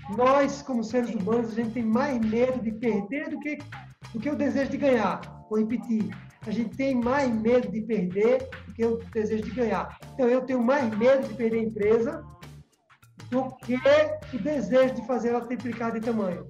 nós, como seres humanos, a gente tem mais medo de perder do que o desejo de ganhar. Vou repetir. A gente tem mais medo de perder do que o desejo de ganhar. Então, eu tenho mais medo de perder a empresa do que o desejo de fazer ela triplicar de tamanho.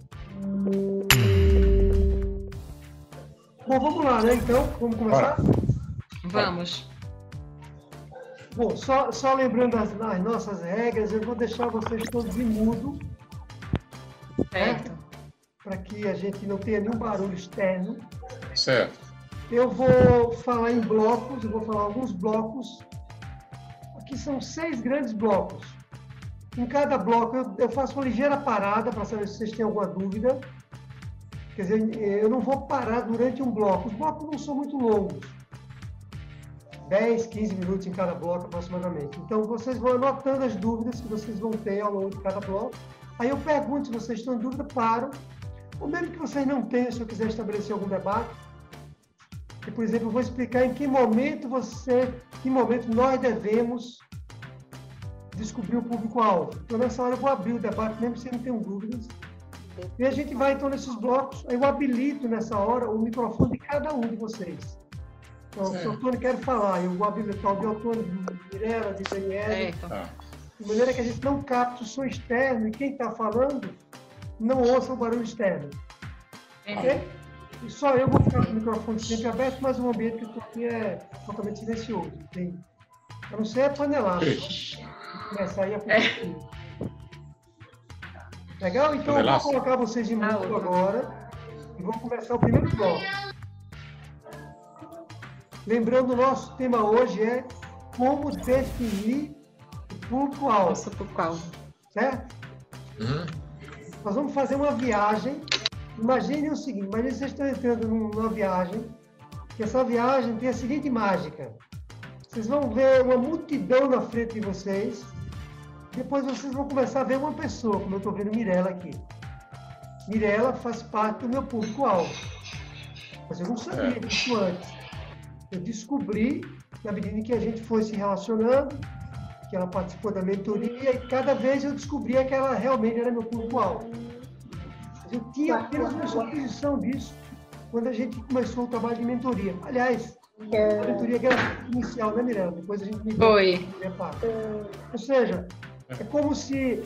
Bom, vamos lá, né? Então, vamos começar? Vamos. Bom, só lembrando as nossas regras, eu vou deixar vocês todos em mudo. Certo. Para que a gente não tenha nenhum barulho externo. Certo. Eu vou falar em blocos, eu vou falar alguns blocos. Aqui são 6 grandes blocos. Em cada bloco eu faço uma ligeira parada para saber se vocês têm alguma dúvida. Quer dizer, eu não vou parar durante um bloco. Os blocos não são muito longos. 10, 15 minutos em cada bloco aproximadamente. Então, vocês vão anotando as dúvidas que vocês vão ter ao longo de cada bloco. Aí eu pergunto se vocês estão em dúvida, paro. Ou mesmo que vocês não tenham, se eu quiser estabelecer algum debate. E, por exemplo, eu vou explicar em que momento nós devemos descobrir o público-alvo. Então, nessa hora eu vou abrir o debate, mesmo se não tenham dúvidas. E a gente vai, então, nesses blocos. Eu habilito, nessa hora, o microfone de cada um de vocês. Então, se o Antônio quer falar, eu vou habilitar o de Antônio, de Mirela, de Daniela. De maneira que a gente não capte o som externo e quem está falando não ouça o barulho externo. Ok? E só eu vou ficar com o microfone sempre aberto, mas o ambiente que eu estou aqui é totalmente silencioso. Tem, a não ser a panelada. Começar aí a produzir. Legal? Então eu vou colocar vocês em mudo agora e vou começar o primeiro bloco. Lembrando, o nosso tema hoje é como definir o público-alvo. Certo? Nós vamos fazer uma viagem. Imaginem o seguinte, imagine vocês estão entrando numa viagem, que essa viagem tem a seguinte mágica. Vocês vão ver uma multidão na frente de vocês, depois vocês vão começar a ver uma pessoa, como eu estou vendo Mirela aqui. Mirela faz parte do meu público-alvo. Mas eu não sabia disso antes. Eu descobri, na medida em que a gente foi se relacionando, que ela participou da mentoria, e cada vez eu descobria que ela realmente era meu público-alvo. Eu tinha apenas uma suposição disso quando a gente começou o trabalho de mentoria. Aliás, a mentoria inicial, né, Mirela? Depois a gente me foi. Ou seja, é como se...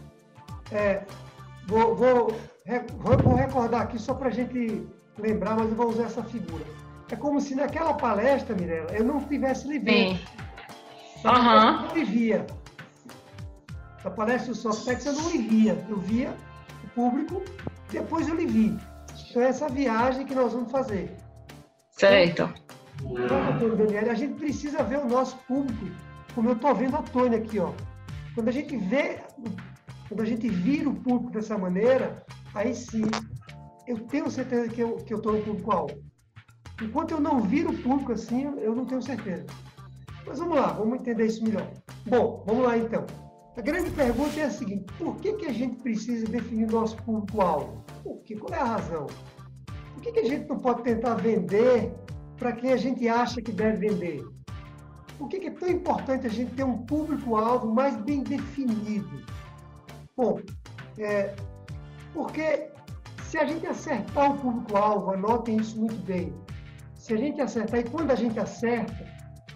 vou recordar aqui só para a gente lembrar, mas eu vou usar essa figura. É como se naquela palestra, Mirela, eu não tivesse lhe vendo. Eu não lhe via. Na palestra do Softex eu não lhe via. Eu via o público, depois eu lhe vi. Então é essa viagem que nós vamos fazer. Certo. Então, Daniela, a gente precisa ver o nosso público, como eu estou vendo a Tônia aqui, ó. Quando a gente vira o público dessa maneira, aí sim, eu tenho certeza que eu estou no público-alvo. Enquanto eu não viro o público assim, eu não tenho certeza. Mas vamos lá, vamos entender isso melhor. Bom, vamos lá então. A grande pergunta é a seguinte: por que a gente precisa definir o nosso público-alvo? Qual é a razão? Por que a gente não pode tentar vender para quem a gente acha que deve vender? Por que é tão importante a gente ter um público-alvo mais bem definido? Bom, porque se a gente acertar o público-alvo, anotem isso muito bem, se a gente acertar, e quando a gente acerta,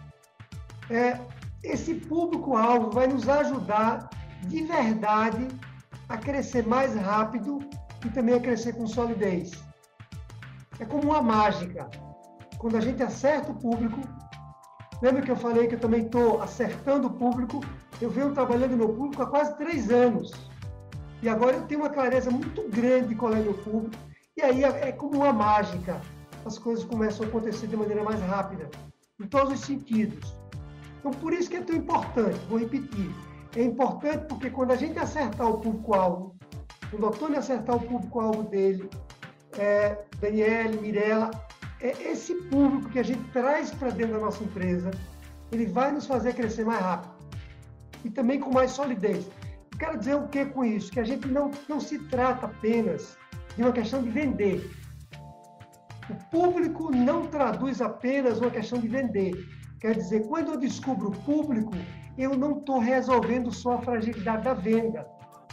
esse público-alvo vai nos ajudar de verdade a crescer mais rápido e também a crescer com solidez. É como uma mágica. Quando a gente acerta o público, lembra que eu falei que eu também estou acertando o público? Eu venho trabalhando no público há quase 3 anos. E agora eu tenho uma clareza muito grande de qual é o meu público. E aí é como uma mágica. As coisas começam a acontecer de maneira mais rápida, em todos os sentidos. Então, por isso que é tão importante, vou repetir, é importante porque quando a gente acertar o público-alvo, quando o Antônio acertar o público-alvo dele, Daniela, Mirela, esse público que a gente traz para dentro da nossa empresa, ele vai nos fazer crescer mais rápido e também com mais solidez. Eu quero dizer o que com isso? Que a gente não se trata apenas de uma questão de vender. O público não traduz apenas uma questão de vender. Quer dizer, quando eu descubro o público, eu não estou resolvendo só a fragilidade da venda.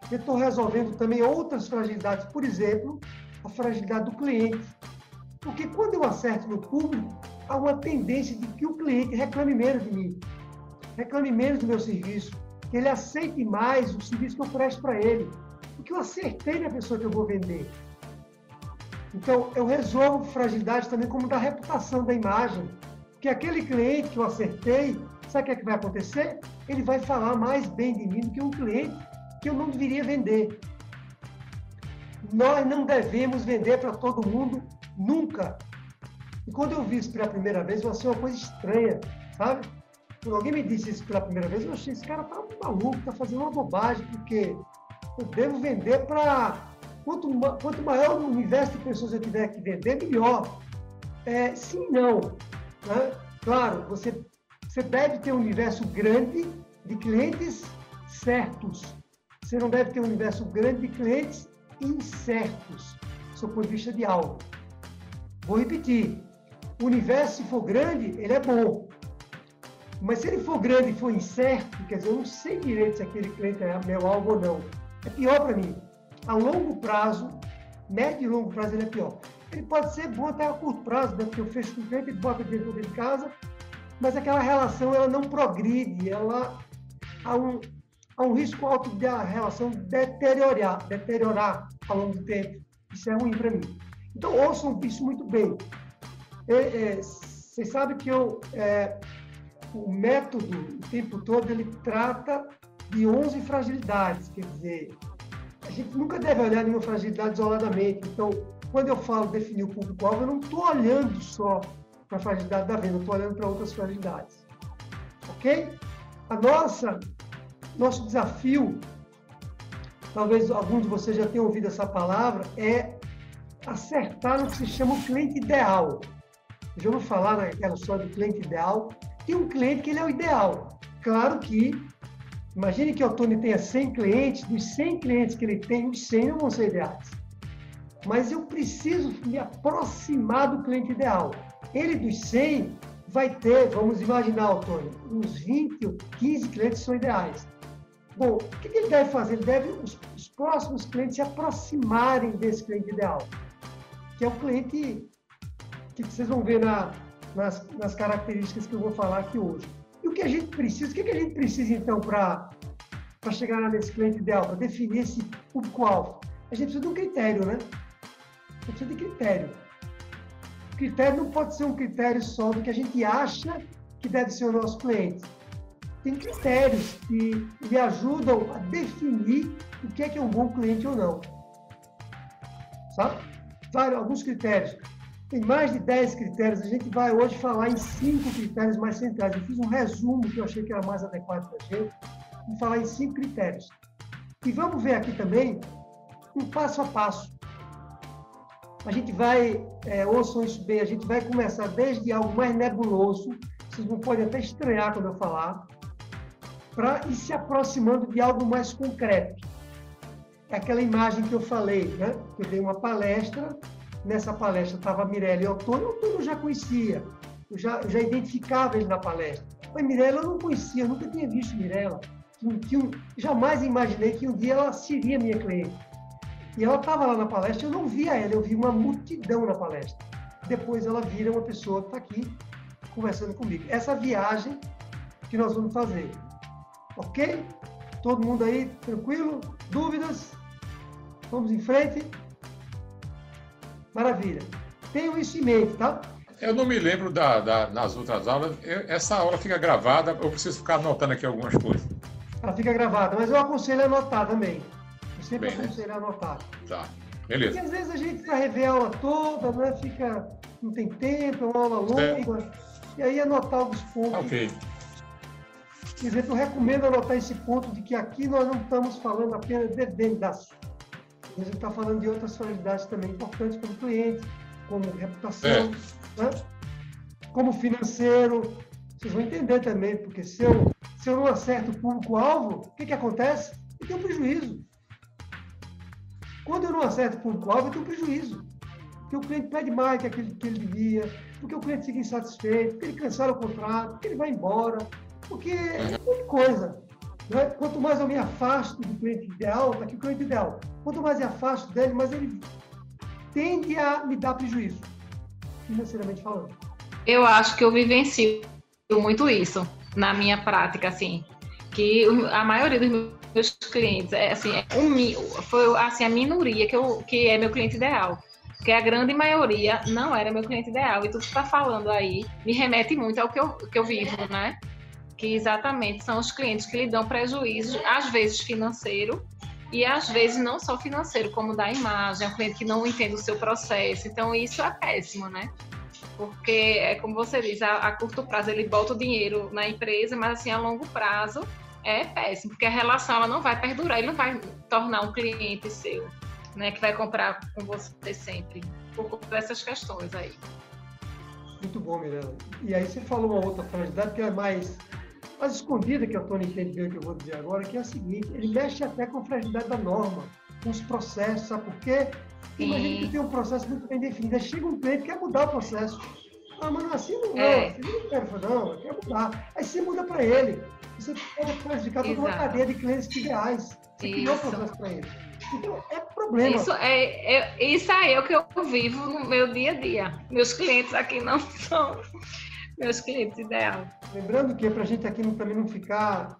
eu estou resolvendo também outras fragilidades, por exemplo, a fragilidade do cliente. Porque quando eu acerto no público, há uma tendência de que o cliente reclame menos de mim, reclame menos do meu serviço, que ele aceite mais o serviço que eu presto para ele, porque eu acertei na pessoa que eu vou vender. Então, eu resolvo fragilidades também como da reputação da imagem, porque aquele cliente que eu acertei, sabe o que vai acontecer? Ele vai falar mais bem de mim do que um cliente que eu não deveria vender. Nós não devemos vender para todo mundo nunca. E quando eu vi isso pela primeira vez, eu achei uma coisa estranha, sabe? Quando alguém me disse isso pela primeira vez, eu achei, esse cara tá maluco, tá fazendo uma bobagem, porque eu devo vender para... Quanto maior o universo de pessoas eu tiver que vender, melhor. Sim, não. Né? Claro, você deve ter um universo grande de clientes certos. Você não deve ter um universo grande de clientes incertos, do seu ponto de vista de algo. Vou repetir. O universo, se for grande, ele é bom. Mas se ele for grande e for incerto, quer dizer, eu não sei direito se aquele cliente é meu alvo ou não. É pior para mim. A longo prazo, médio e longo prazo, ele é pior. Ele pode ser bom até a curto prazo, né? Porque eu fecho com o cliente, ele bota dentro de casa, mas aquela relação ela não progride, ela há um risco alto de a relação deteriorar ao longo do tempo. Isso é ruim para mim. Então, ouçam isso muito bem. Vocês sabem que o método, o tempo todo, ele trata de 11 fragilidades, quer dizer, a gente nunca deve olhar nenhuma fragilidade isoladamente. Então, quando eu falo definir o público-alvo, eu não estou olhando só para a fragilidade da venda, eu estou olhando para outras fragilidades. Ok? Nosso desafio, talvez alguns de vocês já tenham ouvido essa palavra, é acertar no que se chama o cliente ideal. Eu já vou falar naquela história do cliente ideal. Tem um cliente que ele é o ideal. Claro que, imagine que o Tony tenha 100 clientes, dos 100 clientes que ele tem, os 100 não vão ser ideais. Mas eu preciso me aproximar do cliente ideal. Ele, dos 100, vai ter, vamos imaginar, Tony, uns 20 ou 15 clientes são ideais. Bom, o que ele deve fazer? Ele deve, os próximos clientes, se aproximarem desse cliente ideal, que é o cliente que vocês vão ver nas características que eu vou falar aqui hoje. E o que a gente precisa, então, para chegar nesse cliente ideal, para definir esse público-alvo? A gente precisa de um critério, né? A gente precisa de critério. O critério não pode ser um critério só do que a gente acha que deve ser o nosso cliente. Tem critérios que lhe ajudam a definir o que é um bom cliente ou não. Sabe? Alguns critérios. Tem mais de 10 critérios. A gente vai hoje falar em 5 critérios mais centrais. Eu fiz um resumo que eu achei que era mais adequado para a gente. Vou falar em 5 critérios. E vamos ver aqui também um passo a passo. A gente vai, ouçam isso bem, a gente vai começar desde algo mais nebuloso, vocês não podem até estranhar quando eu falar, para ir se aproximando de algo mais concreto. É aquela imagem que eu falei, né? Eu dei uma palestra, nessa palestra estava a Mirella e o Antônio eu já conhecia, eu já identificava ele na palestra. Mas Mirella eu não conhecia, eu nunca tinha visto Mirella. Jamais imaginei que um dia ela seria minha cliente. E ela estava lá na palestra, eu não via ela, eu vi uma multidão na palestra. Depois ela vira uma pessoa que está aqui conversando comigo. Essa viagem que nós vamos fazer. Ok? Todo mundo aí tranquilo? Dúvidas? Vamos em frente? Maravilha. Tenham isso em mente, tá? Eu não me lembro nas outras aulas. Essa aula fica gravada, eu preciso ficar anotando aqui algumas coisas. Ela fica gravada, mas eu aconselho a anotar também. Eu sempre aconselho a anotar. Tá, beleza. Porque às vezes a gente vai rever a aula toda, né? Não tem tempo, é uma aula longa. E aí anotar alguns pontos. Ok. Quer dizer, eu recomendo anotar esse ponto de que aqui nós não estamos falando apenas de vendas. A gente está falando de outras fragilidades também importantes para o cliente, como reputação, né? Como financeiro. Vocês vão entender também, porque se eu não acerto o público-alvo, o que acontece? Eu tenho prejuízo. Quando eu não acerto o público-alvo, eu tenho prejuízo. Porque o cliente pede mais que aquele que ele devia, porque o cliente fica insatisfeito, porque ele cancela o contrato, porque ele vai embora, porque é muita coisa. Né? Quanto mais eu me afasto do cliente ideal, daqui o cliente ideal, quanto mais eu afasto dele, mais ele tende a me dar prejuízo, financeiramente falando. Eu acho que eu vivencio muito isso na minha prática, assim, que a maioria dos meus clientes foi assim, a minoria que é meu cliente ideal. Porque a grande maioria não era meu cliente ideal. E tudo que está falando aí me remete muito ao que eu vivo, né? Que exatamente são os clientes que lhe dão prejuízo, às vezes financeiro, e às vezes não só financeiro, como da imagem, é um cliente que não entende o seu processo. Então, isso é péssimo, né? Porque, é como você diz, a curto prazo ele bota o dinheiro na empresa, mas assim, a longo prazo é péssimo, porque a relação ela não vai perdurar, ele não vai tornar um cliente seu, né, que vai comprar com você sempre, por conta dessas questões aí. Muito bom, Mirela. E aí você falou uma outra fragilidade que é mais escondida, que a Tony entende bem o que eu vou dizer agora, que é a seguinte: ele mexe até com a fragilidade da norma, com os processos, sabe por quê? Imagina que tem um processo muito bem definido, aí chega um cliente que quer mudar o processo. Ah, mas assim não é, assim não quero, não, eu quero mudar. Aí você muda para ele. Você pode prejudicar toda uma cadeia de clientes ideais. Você criou o processo para ele. Então, é problema. Isso aí é o que eu vivo no meu dia a dia. Meus clientes aqui não são meus clientes ideais. Lembrando que, para a gente aqui também não ficar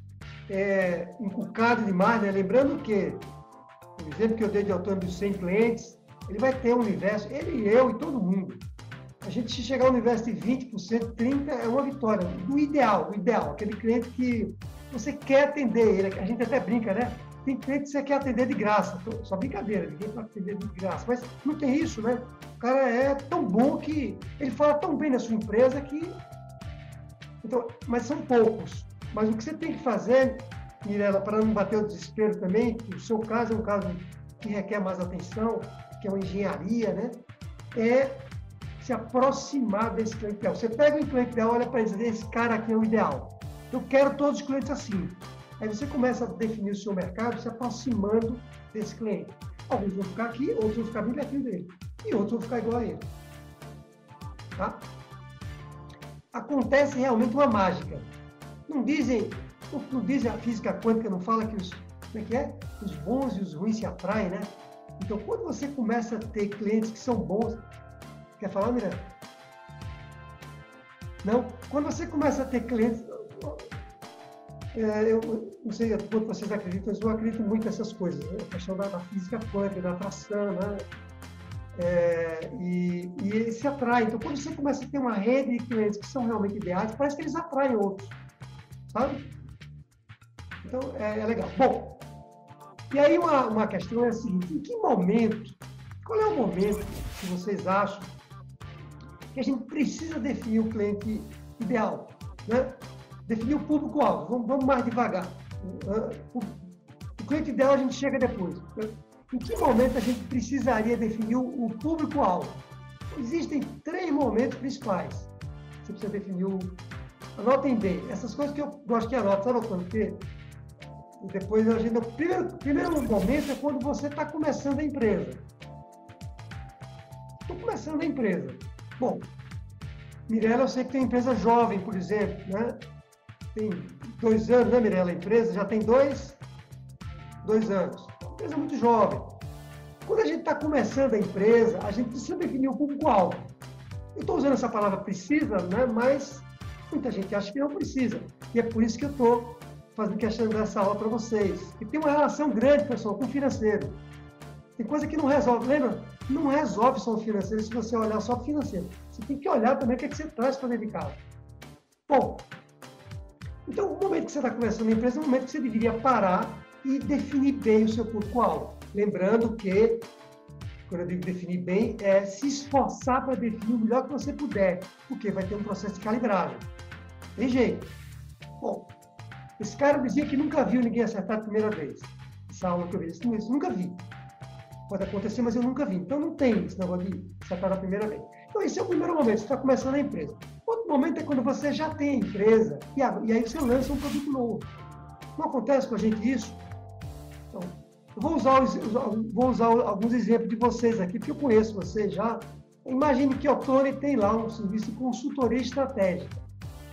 encucado demais, né? Lembrando que o exemplo que eu dei de autônomo dos 100 clientes, ele vai ter um universo, ele e eu e todo mundo. A gente, se chegar ao universo de 20%, 30% é uma vitória. Do ideal, aquele cliente que você quer atender ele. A gente até brinca, né? Tem cliente que você quer atender de graça. Só brincadeira, ninguém pode atender de graça. Mas não tem isso, né? O cara é tão bom que ele fala tão bem da sua empresa que... Então, mas são poucos. Mas o que você tem que fazer, Mirela, para não bater o desespero também, que o seu caso é um caso que requer mais atenção, que é uma engenharia, né? É se aproximar desse cliente ideal. Você pega um cliente ideal, olha para ele e diz: esse cara aqui é o ideal. Eu quero todos os clientes assim. Aí você começa a definir o seu mercado se aproximando desse cliente. Alguns vão ficar aqui, outros vão ficar bem pertinho dele. E outros vão ficar igual a ele. Tá? Acontece realmente uma mágica. Não dizem a física quântica, não fala que os bons e os ruins se atraem, né? Então, quando você começa a ter clientes que são bons... Quer falar, Miranda? Não? Quando você começa a ter clientes... eu não sei quanto vocês acreditam, mas eu acredito muito nessas coisas, né? A questão da física quântica, da atração, né? E eles se atraem. Então, quando você começa a ter uma rede de clientes que são realmente ideais, parece que eles atraem outros, sabe? Então, é legal. Bom, e aí uma questão é a seguinte: em que momento, qual é o momento que vocês acham que a gente precisa definir o cliente ideal, né? Definir o público-alvo. Vamos mais devagar. O cliente ideal a gente chega depois. Em que momento a gente precisaria definir o público-alvo? Existem 3 momentos principais. Você precisa definir Anotem bem. Essas coisas que eu gosto que anote, sabe, Antônio? Porque depois a gente... O primeiro momento é quando você está começando a empresa. Estou começando a empresa. Bom, Mirela, eu sei que tem empresa jovem, por exemplo, né? Tem 2 anos, né, Mirela? A empresa já tem 2 anos. Uma empresa muito jovem. Quando a gente está começando a empresa, a gente precisa definir o público-alvo. Eu estou usando essa palavra precisa, né? Mas muita gente acha que não precisa. E é por isso que eu estou fazendo questão dessa aula para vocês. E tem uma relação grande, pessoal, com o financeiro. Tem coisa que não resolve. Lembra? Não resolve só o financeiro se você olhar só o financeiro. Você tem que olhar também o que é que você traz para dentro de casa. Bom, então o momento que você está começando a empresa é o momento que você deveria parar e definir bem o seu público-alvo. Lembrando que, quando eu digo definir bem, é se esforçar para definir o melhor que você puder, porque vai ter um processo de calibragem. Tem jeito. Bom, esse cara dizia que nunca viu ninguém acertar a primeira vez. Essa aula que eu vi, isso nunca vi. Pode acontecer, mas eu nunca vi. Então não tem esse negócio de acertar a primeira vez. Então esse é o primeiro momento, você está começando a empresa. Outro momento é quando você já tem a empresa e aí você lança um produto novo. Não acontece com a gente isso? Então, eu vou usar alguns exemplos de vocês aqui, porque eu conheço vocês já. Imagine que a Tony tem lá um serviço de consultoria estratégica.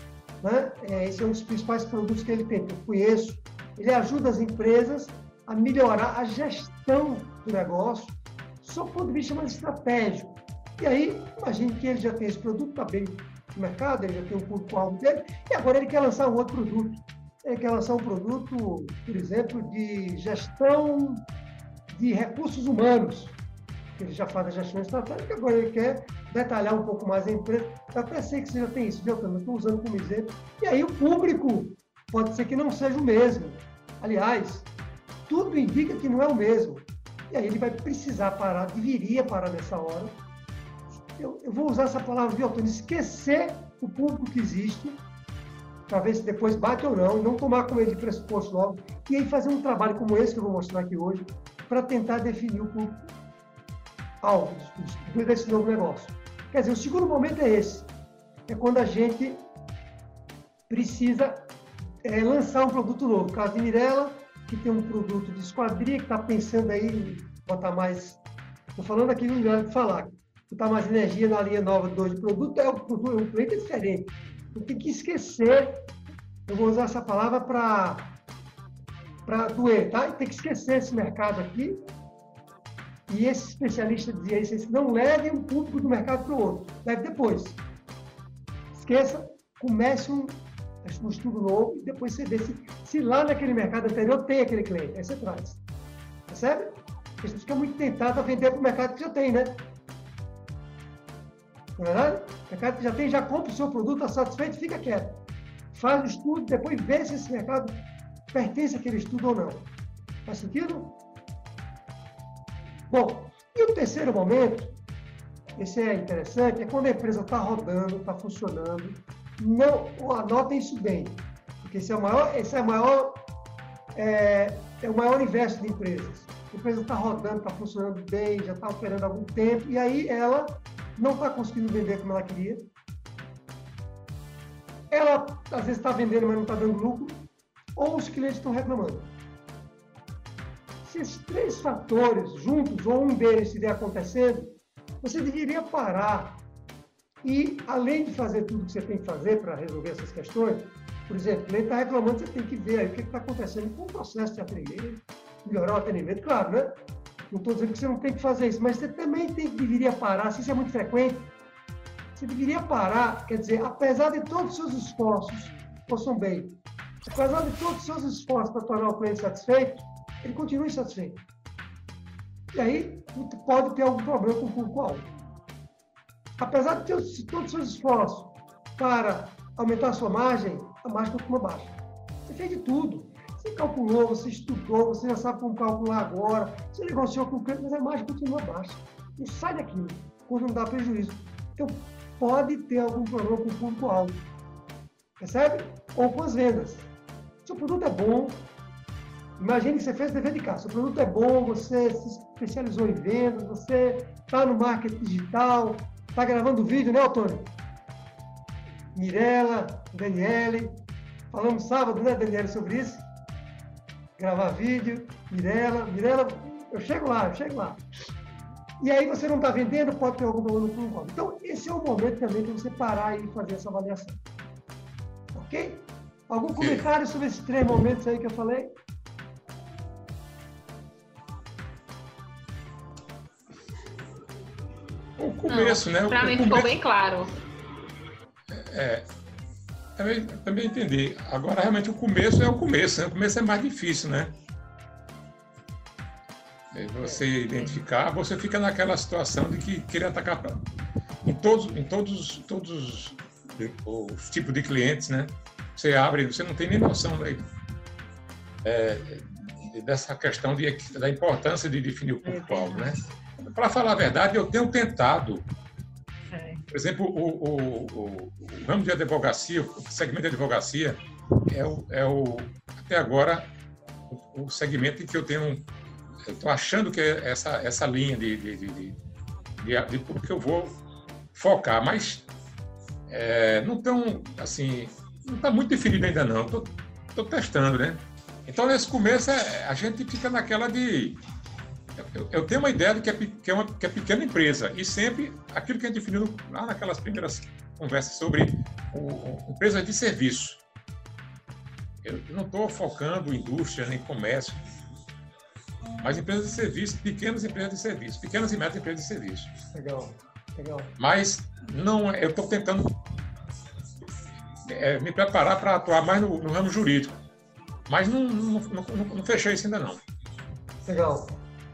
né? Esse é um dos principais produtos que ele tem, que eu conheço. Ele ajuda as empresas a melhorar a gestão do negócio, sob o ponto de vista mais estratégico. E aí, imagine que ele já tem esse produto, está bem no mercado, ele já tem um público-alvo dele, e agora ele quer lançar um outro produto. Ele quer lançar um produto, por exemplo, de gestão de recursos humanos. Ele já faz a gestão estratégica, agora ele quer detalhar um pouco mais a empresa. Eu até sei que você já tem isso, viu? Eu estou usando como exemplo. E aí o público pode ser que não seja o mesmo. Aliás, tudo indica que não é o mesmo. E aí ele vai precisar parar, deveria parar nessa hora. Eu vou usar essa palavra, viu, Antônio? Esquecer o público que existe, para ver se depois bate ou não, e não tomar como ele de pressuposto logo. E aí fazer um trabalho como esse que eu vou mostrar aqui hoje, para tentar definir o público-alvo desse novo negócio. Quer dizer, o segundo momento é esse. É quando a gente precisa lançar um produto novo. No caso de Mirella, que tem um produto de esquadria, que está pensando aí em botar mais... Estou falando aqui no lugar de falar. Botar mais energia na linha nova de produto, um cliente diferente. Não tem que esquecer, eu vou usar essa palavra para doer, tá? Tem que esquecer esse mercado aqui. E esse especialista dizia isso, não leve um público do mercado para o outro, leve depois. Esqueça, comece um estudo novo e depois você vê se lá naquele mercado anterior tem aquele cliente, aí você traz. Percebe? Porque você fica muito tentado a vender para o mercado que já tem, né? Não é verdade? O mercado que já tem, já compra o seu produto, está satisfeito, fica quieto. Faz o estudo, depois vê se esse mercado pertence àquele estudo ou não. Faz sentido? Bom, e o terceiro momento, esse é interessante, é quando a empresa está rodando, está funcionando. Não, anotem isso bem, porque esse é o maior universo de empresas. A empresa está rodando, está funcionando bem, já está operando há algum tempo, e aí ela não está conseguindo vender como ela queria. Ela, às vezes, está vendendo, mas não está dando lucro, ou os clientes estão reclamando. Se esses três fatores juntos, ou um deles estiver acontecendo, você deveria parar e, além de fazer tudo que você tem que fazer para resolver essas questões, por exemplo, o cliente está reclamando, você tem que ver aí o que está acontecendo com o processo de atendimento, melhorar o atendimento, claro, né? Não estou dizendo que você não tem que fazer isso, mas você também deveria parar, se isso é muito frequente, você deveria parar, quer dizer, apesar de todos os seus esforços, ouçam bem, apesar de todos os seus esforços para tornar o cliente satisfeito, ele continua insatisfeito. E aí, pode ter algum problema com o público-alvo. Apesar de todos os seus esforços para aumentar a sua margem, a margem continua baixa. Você fez de tudo. Você calculou, você estudou, você já sabe como calcular agora, você negociou com o cliente, mas a margem continua baixa. Não sai daquilo, quando não dá prejuízo. Então, pode ter algum problema com o público-alvo. Percebe? Ou com as vendas. Seu produto é bom, imagine que você fez dever de casa. Seu produto é bom, você se especializou em vendas, você está no marketing digital, está gravando vídeo, né, Antônio? Mirella, Daniele, falamos sábado, né, Daniele, sobre isso? Gravar vídeo, Mirella, eu chego lá. E aí você não está vendendo, pode ter algum problema no público. Então, esse é o momento também para você parar e fazer essa avaliação. Ok? Algum comentário sobre esses três momentos aí que eu falei? O começo, né? Para mim ficou bem claro. Também entendi. Agora, realmente, o começo é o começo, né? O começo é mais difícil, né? Você identificar, você fica naquela situação de que querer atacar em todos os tipos de clientes, né? Você abre, você não tem nem noção dessa questão da importância de definir o público-alvo, né? Para falar a verdade, eu tenho tentado. Por exemplo, o ramo de advocacia, o segmento de advocacia, até agora, o segmento em que eu estou achando que é essa linha de porque eu vou focar, mas não tão, assim, não está muito definido ainda não, estou testando, né? Então, nesse começo, a gente fica naquela de... Eu tenho uma ideia de que é pequena empresa, e sempre aquilo que a gente definiu lá naquelas primeiras conversa sobre empresas de serviço. Eu não estou focando em indústria nem comércio, mas empresas de serviço, pequenas empresas de serviço, pequenas e médias empresas de serviço. Legal, legal. Mas não, eu estou tentando me preparar para atuar mais no ramo jurídico, mas não fechei isso ainda não. Legal.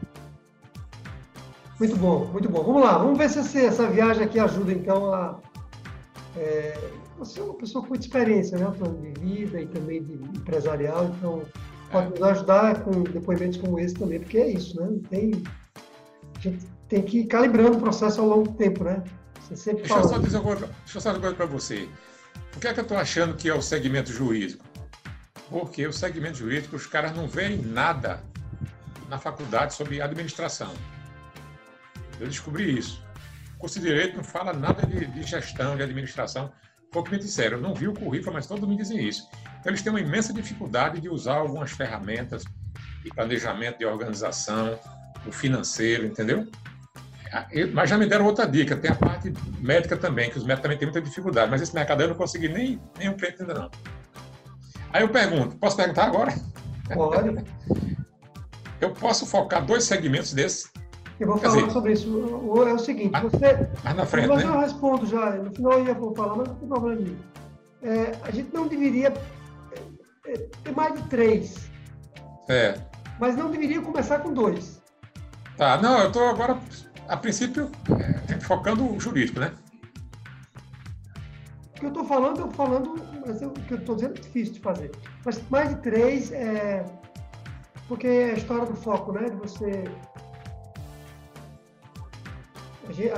Muito bom, muito bom. Vamos lá, vamos ver se essa viagem aqui ajuda, então, a... você é uma pessoa com muita experiência, né? De vida e também de empresarial, então pode nos ajudar com depoimentos como esse também, porque é isso, né? A gente tem que ir calibrando o processo ao longo do tempo, né? Você sempre Deixa eu só dizer uma coisa para você. Por que é que eu estou achando que é o segmento jurídico? Porque o segmento jurídico, os caras não veem nada na faculdade sobre administração. Eu descobri isso. O curso de Direito não fala nada de gestão, de administração. Foi o que me disseram. Eu não vi o currículo, mas todos me dizem isso. Então, eles têm uma imensa dificuldade de usar algumas ferramentas de planejamento, de organização, o financeiro, entendeu? Mas já me deram outra dica. Tem a parte médica também, que os médicos também têm muita dificuldade. Mas esse mercado eu não consegui nem um cliente ainda não. Aí eu pergunto, posso perguntar agora? Pode. Eu posso focar 2 segmentos desses? Eu vou falar sobre isso. É o seguinte, você... Mas na frente, mas né? eu respondo já. No final eu vou falar, mas não tem problema nenhum. A gente não deveria ter mais de 3. Mas não deveria começar com 2. Tá, não, eu estou agora, a princípio, focando o jurídico, né? O que eu estou falando, mas o que eu estou dizendo é difícil de fazer. Mas mais de 3 porque é a história do foco, né? De você... A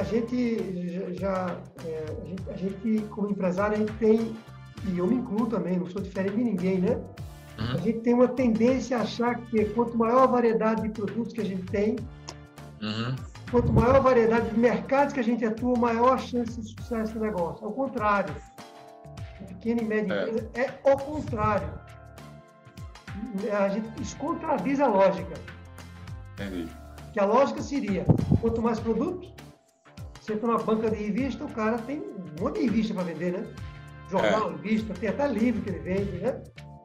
gente, como empresário, a gente tem, e eu me incluo também, não sou diferente de ninguém, né? A gente tem uma tendência a achar que quanto maior a variedade de produtos que a gente tem, quanto maior a variedade de mercados que a gente atua, maior a chance de sucesso do negócio. Ao contrário. A pequena e média empresa é o contrário. Isso contradiz a lógica. Entendi. Que a lógica seria, quanto mais produtos, você entra numa banca de revista, o cara tem um monte de revista para vender, né? Jornal, revista, tem até livro que ele vende, né?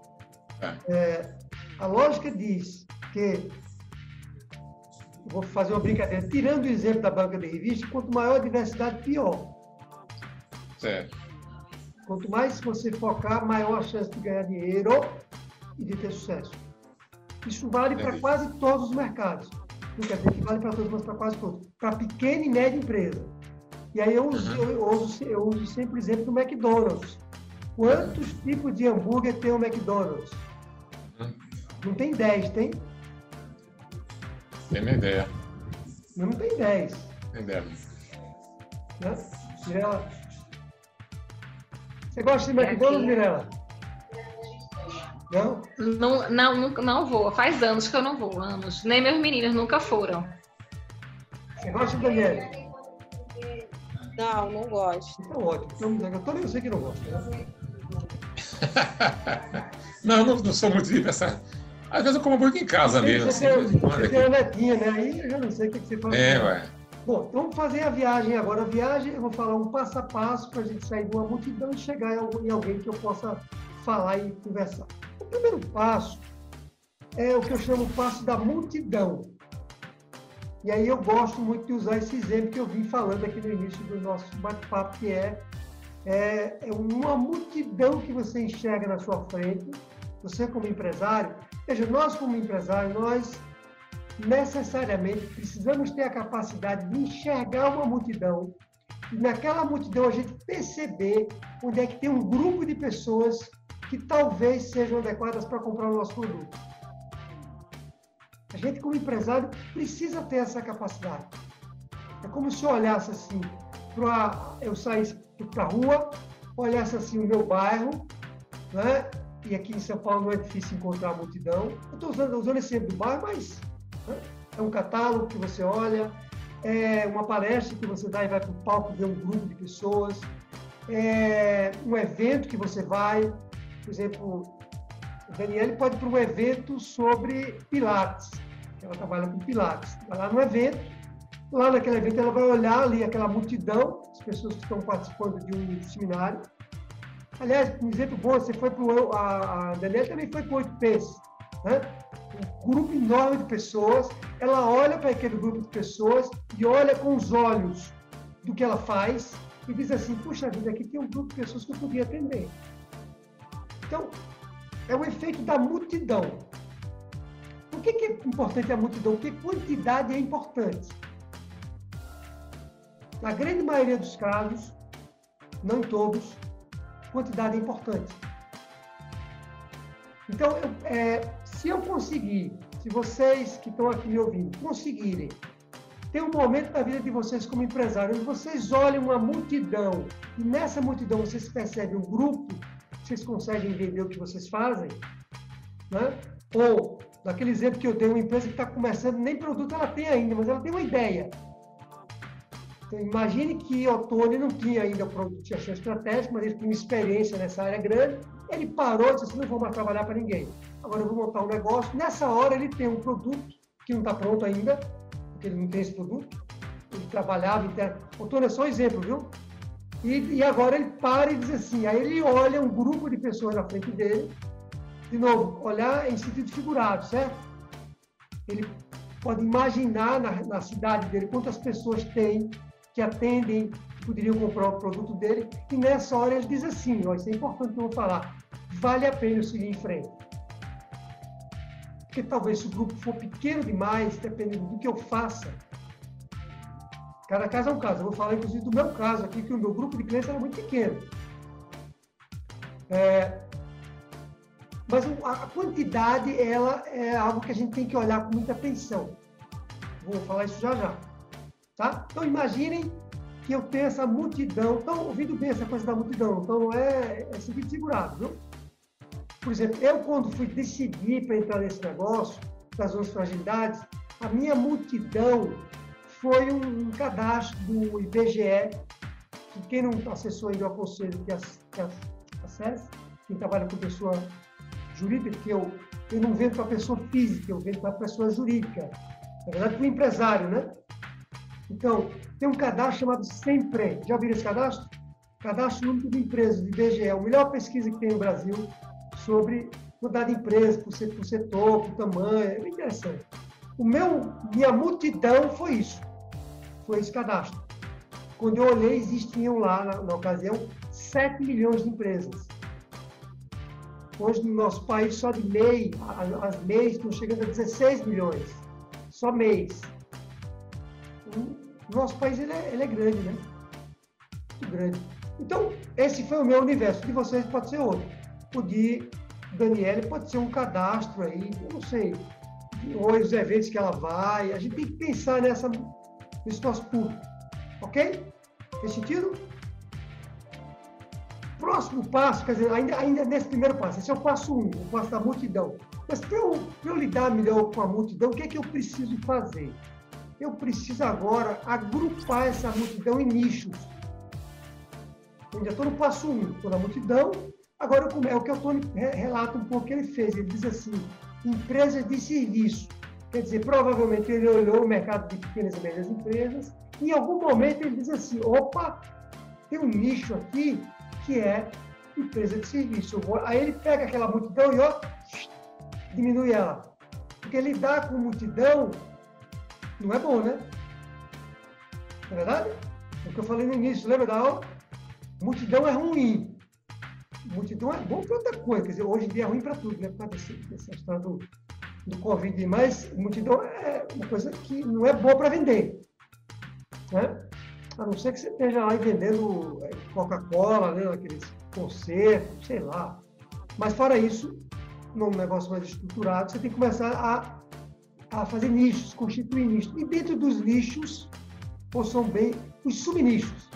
A lógica diz que, vou fazer uma brincadeira, tirando o exemplo da banca de revista, quanto maior a diversidade, pior. Certo. Quanto mais você focar, maior a chance de ganhar dinheiro e de ter sucesso. Isso vale para quase todos os mercados. Não quer dizer que vale para todos, mas para quase todos. Para pequena e média empresa. E aí eu uso sempre o exemplo do McDonald's. Quantos tipos de hambúrguer tem o McDonald's? Não tem 10, tem? Tem minha ideia. Não tem 10. Tem ideia. Né? Mirela? Você gosta de McDonald's, Mirela? Não? Não vou. Faz anos que eu não vou. Anos. Nem meus meninos nunca foram. Você gosta, Daniela? Não gosto. Então, ótimo. Então, eu também sei que não gosta. Né? não sou muito de pensar. Às vezes eu como hambúrguer em casa mesmo. Você tem a netinha, né? Aí eu já não sei o que você faz. Ué. Bom, então vamos fazer a viagem agora. A viagem, eu vou falar um passo a passo para a gente sair de uma multidão e chegar em alguém que eu possa falar e conversar. O primeiro passo é o que eu chamo o passo da multidão. E aí eu gosto muito de usar esse exemplo que eu vim falando aqui no início do nosso bate-papo, que é uma multidão que você enxerga na sua frente, você como empresário. Veja, nós como empresário, nós necessariamente precisamos ter a capacidade de enxergar uma multidão e naquela multidão a gente perceber onde é que tem um grupo de pessoas que talvez sejam adequadas para comprar o nosso produto. A gente, como empresário, precisa ter essa capacidade. É como se eu olhasse assim, eu saísse para a rua, olhasse assim o meu bairro, né? E aqui em São Paulo não é difícil encontrar multidão. Eu estou usando esse exemplo do bairro, mas é um catálogo que você olha, é uma palestra que você dá e vai para o palco ver um grupo de pessoas, é um evento que você vai, por exemplo, a Daniele pode ir para um evento sobre Pilates, ela trabalha com Pilates, vai lá no evento, Lá naquele evento, ela vai olhar ali aquela multidão, as pessoas que estão participando de um seminário. Aliás, um exemplo bom, você foi a Daniela também foi para o 8Ps, né? Um grupo enorme de pessoas, ela olha para aquele grupo de pessoas e olha com os olhos do que ela faz e diz assim, puxa vida, aqui tem um grupo de pessoas que eu podia atender. Então, é o efeito da multidão. Por que é importante a multidão? Porque quantidade é importante. Na grande maioria dos casos, não em todos, quantidade é importante. Então, se eu conseguir, se vocês que estão aqui me ouvindo, conseguirem ter um momento da vida de vocês como empresário, onde vocês olham uma multidão, e nessa multidão vocês percebem um grupo, vocês conseguem entender o que vocês fazem, né? Ou, daquele exemplo que eu dei, uma empresa que está começando, nem produto ela tem ainda, mas ela tem uma ideia. Então, imagine que o Tony não tinha ainda o produto de gestão estratégica, mas ele tinha experiência nessa área grande, ele parou e disse assim, não vou mais trabalhar para ninguém. Agora eu vou montar um negócio. Nessa hora ele tem um produto que não está pronto ainda, porque ele não tem esse produto. Ele trabalhava interno. O Tony é só um exemplo, viu? E agora ele para e diz assim, aí ele olha um grupo de pessoas na frente dele, de novo, olhar em sentido figurado, certo? Ele pode imaginar na cidade dele quantas pessoas tem que atendem, que poderiam comprar o produto dele, e nessa hora ele diz assim, ó, isso é importante que eu vou falar, vale a pena eu seguir em frente. Porque talvez se o grupo for pequeno demais, dependendo do que eu faça, cada caso é um caso. Eu vou falar, inclusive, do meu caso aqui, que o meu grupo de clientes era muito pequeno. Mas a quantidade, ela é algo que a gente tem que olhar com muita atenção. Vou falar isso já já. Tá? Então, imaginem que eu tenho essa multidão. Estão ouvindo bem essa coisa da multidão? Então, não é sentido figurado, viu? Por exemplo, eu, quando fui decidir para entrar nesse negócio, das 11 fragilidades, a minha multidão foi um cadastro do IBGE, que quem não acessou ainda, eu aconselho que acesse, quem trabalha com pessoa jurídica, que eu não vendo para pessoa física, eu vendo para pessoa jurídica. Na verdade, para o empresário, né? Então, tem um cadastro chamado Sempre. Já ouviram esse cadastro? Cadastro Único de Empresas, do IBGE. É a melhor pesquisa que tem no Brasil sobre quantidade de empresas, por setor, por tamanho. É bem interessante. Minha multidão foi isso. Foi esse cadastro. Quando eu olhei, existiam lá, na ocasião, 7 milhões de empresas. Hoje, no nosso país, só de MEI, as MEIs estão chegando a 16 milhões. Só MEIs. O nosso país, ele é grande, né? Muito grande. Então, esse foi o meu universo. De vocês pode ser outro. O de Daniele pode ser um cadastro aí, eu não sei. Ou os eventos que ela vai. A gente tem que pensar nesse nosso público. Ok? Fez sentido? Próximo passo, quer dizer, ainda nesse primeiro passo, esse é o passo 1, o passo da multidão. Mas para eu lidar melhor com a multidão, o que é que eu preciso fazer? Eu preciso agora agrupar essa multidão em nichos. Eu já estou no passo 1, estou na multidão, agora é o que o Tony relata um pouco que ele fez. Ele diz assim, empresas de serviço. Quer dizer, provavelmente ele olhou o mercado de pequenas e médias empresas, e em algum momento ele diz assim, opa, tem um nicho aqui que é empresa de serviço. Aí ele pega aquela multidão e ó, diminui ela. Porque lidar com multidão não é bom, né? Não é verdade? É o que eu falei no início, lembra da aula? Multidão é ruim. Multidão é bom para outra coisa. Quer dizer, hoje em dia é ruim para tudo, né? Por causa dessa história do Covid. Mas multidão é uma coisa que não é boa para vender. Né? A não ser que você esteja lá vendendo Coca-Cola, né? Aqueles concertos, sei lá. Mas fora isso, num negócio mais estruturado, você tem que começar a fazer nichos, constituir nichos. E dentro dos nichos, são bem os subnichos.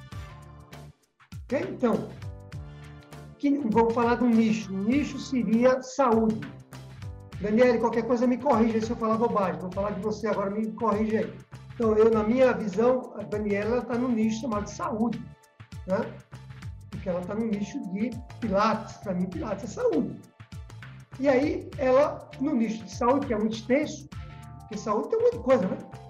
Okay? Então, vamos falar de um nicho. Um nicho seria saúde. Daniele, qualquer coisa me corrija se eu falar bobagem. Vou falar de você agora, me corrija aí. Então, na minha visão, a Daniela está no nicho chamado de saúde, né? Porque ela está no nicho de Pilates. Para mim, Pilates é saúde. E aí, ela, no nicho de saúde, que é muito extenso, porque saúde tem um monte de coisa, né?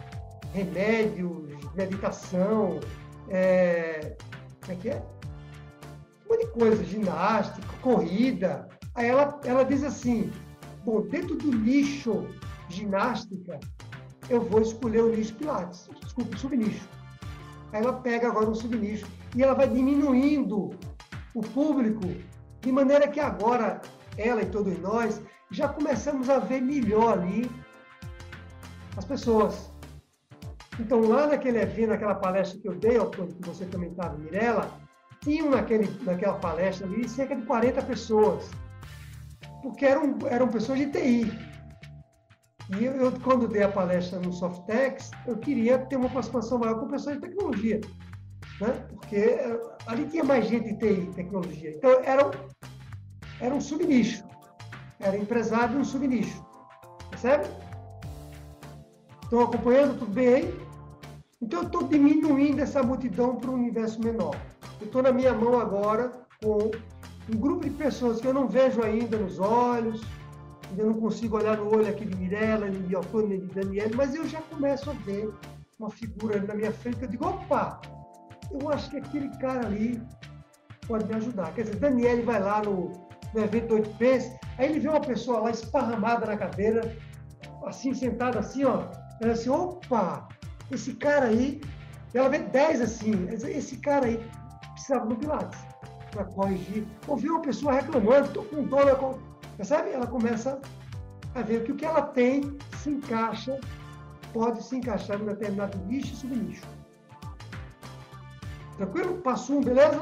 remédios, meditação, como é que é? Um monte de coisa, ginástica, corrida. Aí ela diz assim, bom, dentro do nicho ginástica, eu vou escolher o nicho Pilates, desculpa, o subnicho. Aí ela pega agora um subnicho e ela vai diminuindo o público, de maneira que agora ela e todos nós já começamos a ver melhor ali as pessoas. Então, lá naquele evento, naquela palestra que eu dei, que você também estava, Mirella, tinham naquela palestra ali cerca de 40 pessoas, porque eram pessoas de TI. E eu, quando dei a palestra no Softex, eu queria ter uma aproximação maior com pessoas de tecnologia, né? Porque ali tinha mais gente de TI, tecnologia. Então, era um subnicho. Era empresário de um subnicho. Percebe? Estão acompanhando? Tudo bem aí? Então, eu estou diminuindo essa multidão para um universo menor. Eu estou na minha mão agora com um grupo de pessoas que eu não vejo ainda nos olhos, ainda não consigo olhar no olho aqui de Mirella, nem de Otônio, nem de Daniele, mas eu já começo a ver uma figura ali na minha frente que eu digo, opa, eu acho que aquele cara ali pode me ajudar. Quer dizer, Daniele vai lá no evento do 8Ps, aí ele vê uma pessoa lá esparramada na cadeira, assim, sentada assim, ó, ela assim, opa, esse cara aí, ela vê 10 assim, esse cara aí precisava do Pilates para corrigir. Ou vê uma pessoa reclamando, estou com dor, percebe? Ela começa a ver que o que ela tem se encaixa, pode se encaixar em um determinado nicho e subnicho. Tranquilo? Passo 1, beleza?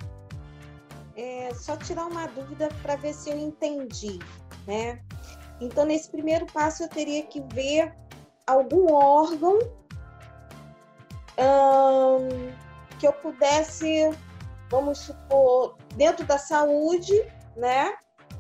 Só tirar uma dúvida para ver se eu entendi, né? Então, nesse primeiro passo, eu teria que ver algum órgão que eu pudesse, vamos supor, dentro da saúde, né?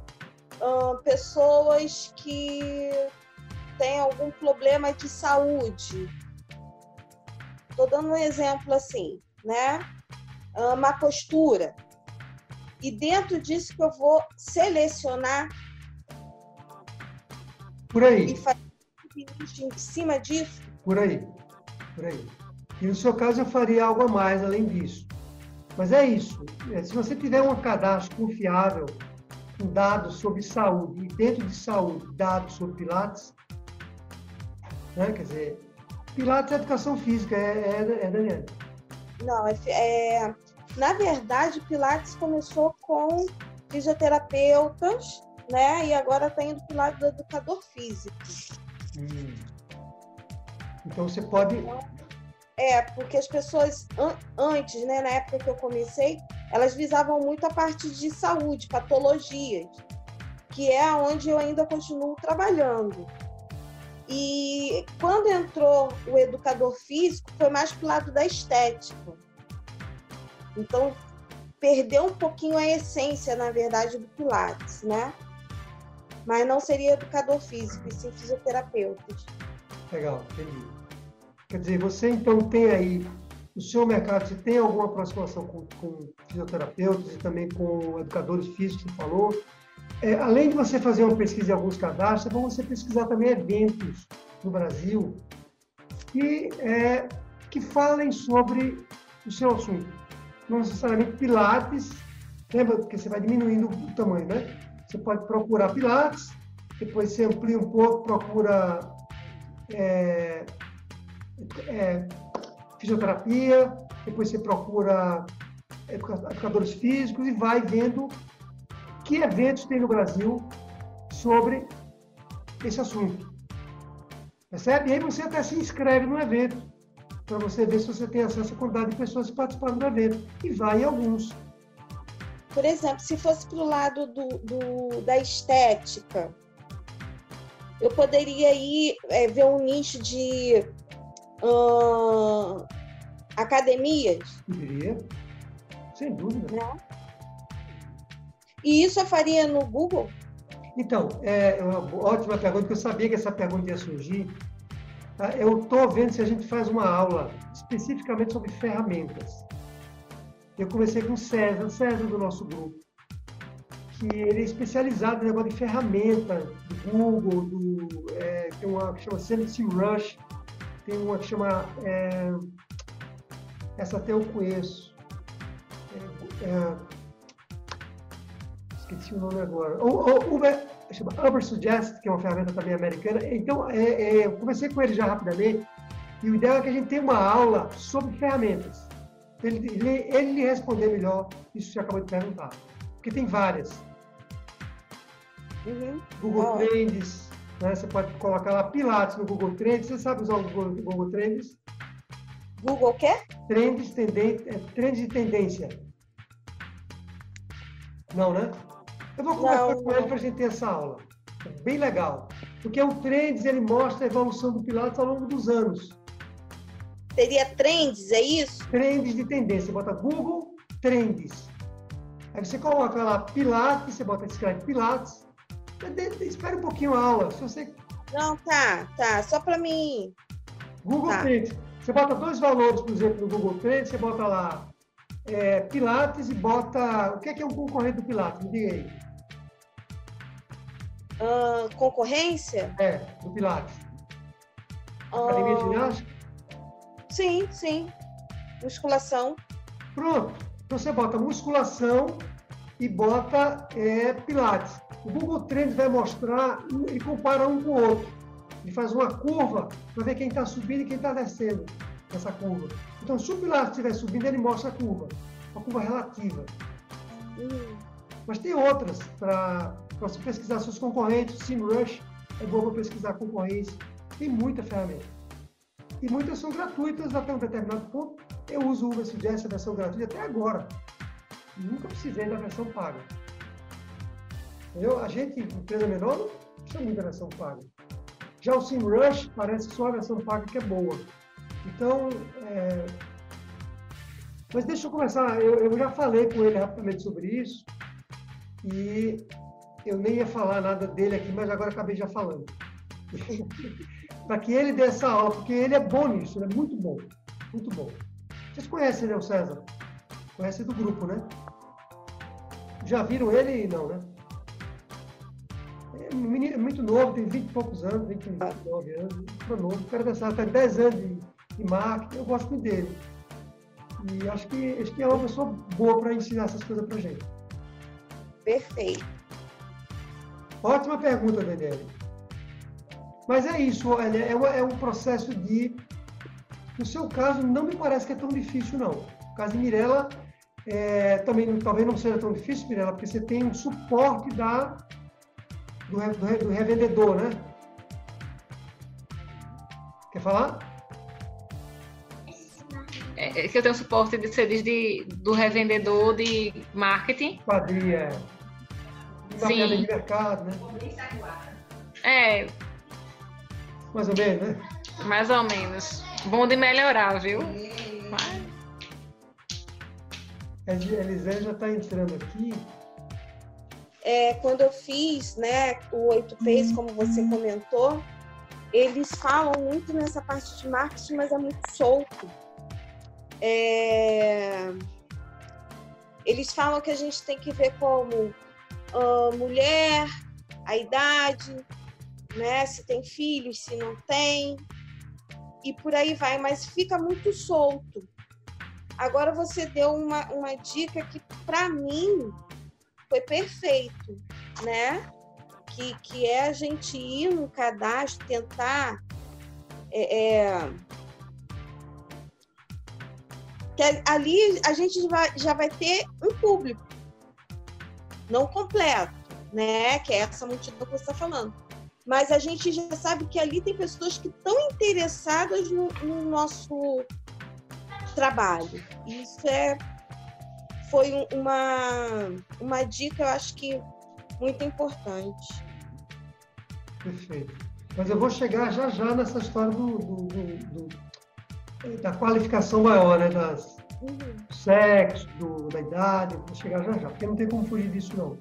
Pessoas que têm algum problema de saúde. Estou dando um exemplo assim, né? Má postura. E dentro disso que eu vou selecionar por aí. E fazer em cima disso? Por aí. E no seu caso eu faria algo a mais além disso. Mas é isso. Se você tiver um cadastro confiável, com dados sobre saúde, e dentro de saúde, dados sobre Pilates, né? Quer dizer, Pilates é educação física, Daniela? Não, na verdade, Pilates começou com fisioterapeutas, né? E agora está indo para o lado do educador físico. Então você pode... porque as pessoas antes, né, na época que eu comecei, elas visavam muito a parte de saúde, patologias, que é onde eu ainda continuo trabalhando. E quando entrou o educador físico, foi mais para o lado da estética. Então, perdeu um pouquinho a essência, na verdade, do Pilates, né? Mas não seria educador físico, e sim fisioterapeutas. Legal, entendi. Quer dizer, você então tem aí, no seu mercado, você tem alguma aproximação com fisioterapeutas e também com educadores físicos, que você falou. Além de você fazer uma pesquisa em alguns cadastros, é bom você pesquisar também eventos no Brasil que falem sobre o seu assunto. Não necessariamente Pilates, lembra que você vai diminuindo o tamanho, né? Você pode procurar Pilates, depois você amplia um pouco, procura fisioterapia, depois você procura educadores físicos e vai vendo que eventos tem no Brasil sobre esse assunto. Percebe? E aí você até se inscreve no evento, para você ver se você tem acesso à quantidade de pessoas que participaram do evento. E vai em alguns. Por exemplo, se fosse para o lado da estética, eu poderia ir ver um nicho de academias? Poderia, sem dúvida. Né? E isso eu faria no Google? Então, é uma ótima pergunta, que eu sabia que essa pergunta ia surgir. Eu estou vendo se a gente faz uma aula especificamente sobre ferramentas. Eu conversei com o César do nosso grupo, que ele é especializado em negócio de ferramenta, do Google, tem uma que chama SEMrush, Tem uma que chama... essa até eu conheço. Esqueci o nome agora. Chama Uber Suggest, que é uma ferramenta também americana. Então, eu conversei com ele já rapidamente, e o ideal é que a gente tenha uma aula sobre ferramentas. Ele lhe responder melhor isso que você acabou de perguntar. Porque tem várias. Google Trends, né? Você pode colocar lá Pilates no Google Trends. Você sabe usar o Google Trends? Google o quê? Trends de tendência. Não, né? Eu vou conversar com ele para a gente ter essa aula. É bem legal. Porque o Trends, ele mostra a evolução do Pilates ao longo dos anos. Seria Trends, é isso? Trends de tendência. Você bota Google Trends. Aí você coloca lá Pilates, você escreve Pilates. Espera um pouquinho a aula. Se você... Não, tá. Só para mim. Google Trends. Você bota 2 valores, por exemplo, no Google Trends. Você bota lá Pilates e bota... O que é um concorrente do Pilates? Me diga aí. Concorrência? Do Pilates. Academia de ginástica? Sim. Musculação. Pronto. Então você bota musculação e bota Pilates. O Google Trends vai mostrar, ele compara um com o outro. Ele faz uma curva para ver quem está subindo e quem está descendo nessa curva. Então, se o Pilates estiver subindo, ele mostra a curva relativa. Mas tem outras para você pesquisar seus concorrentes. SEMrush é bom para pesquisar concorrência. Tem muita ferramenta. E muitas são gratuitas até um determinado ponto. Eu uso o Uber Suggest, a versão gratuita, até agora. Nunca precisei da versão paga. Entendeu? A gente, empresa menor, não precisa muito da versão paga. Já o SEMrush parece só a versão paga que é boa. Então, mas deixa eu começar. Eu já falei com ele rapidamente sobre isso. E eu nem ia falar nada dele aqui, mas agora acabei já falando. Para que ele dê essa aula, porque ele é bom nisso, ele é muito bom. Muito bom. Vocês conhecem, né, o César? Conhecem do grupo, né? Já viram ele? Não, né? É um menino muito novo, tem 20 e poucos anos, 29 anos, muito novo. O cara dessa tem 10 anos de marketing, eu gosto muito dele. E acho que é uma pessoa boa para ensinar essas coisas para gente. Perfeito. Ótima pergunta, Daniele. Mas é isso, olha, é um processo de... No seu caso, não me parece que é tão difícil, não. No caso de Mirella, também talvez não seja tão difícil, Mirella, porque você tem um suporte do revendedor, né? Quer falar? Que eu tenho suporte do revendedor de marketing. Quadrilha. Sim. De mercado, né? Mais ou menos, né? Mais ou menos. Bom de melhorar, viu? A Elisângela já está entrando aqui. Quando eu fiz, né, o 8Ps, como você comentou, eles falam muito nessa parte de marketing, mas é muito solto. Eles falam que a gente tem que ver como mulher, a idade, né, se tem filhos, se não tem, e por aí vai, mas fica muito solto. Agora você deu uma dica que, para mim, foi perfeito, né? Que é a gente ir no cadastro, tentar... que ali a gente já vai ter um público, não completo, né? Que é essa multidão que você está falando. Mas a gente já sabe que ali tem pessoas que estão interessadas no nosso trabalho. Isso foi uma dica, eu acho que muito importante. Perfeito. Mas eu vou chegar já nessa história da qualificação maior, né? Do sexo, da idade, vou chegar já, porque não tem como fugir disso, não.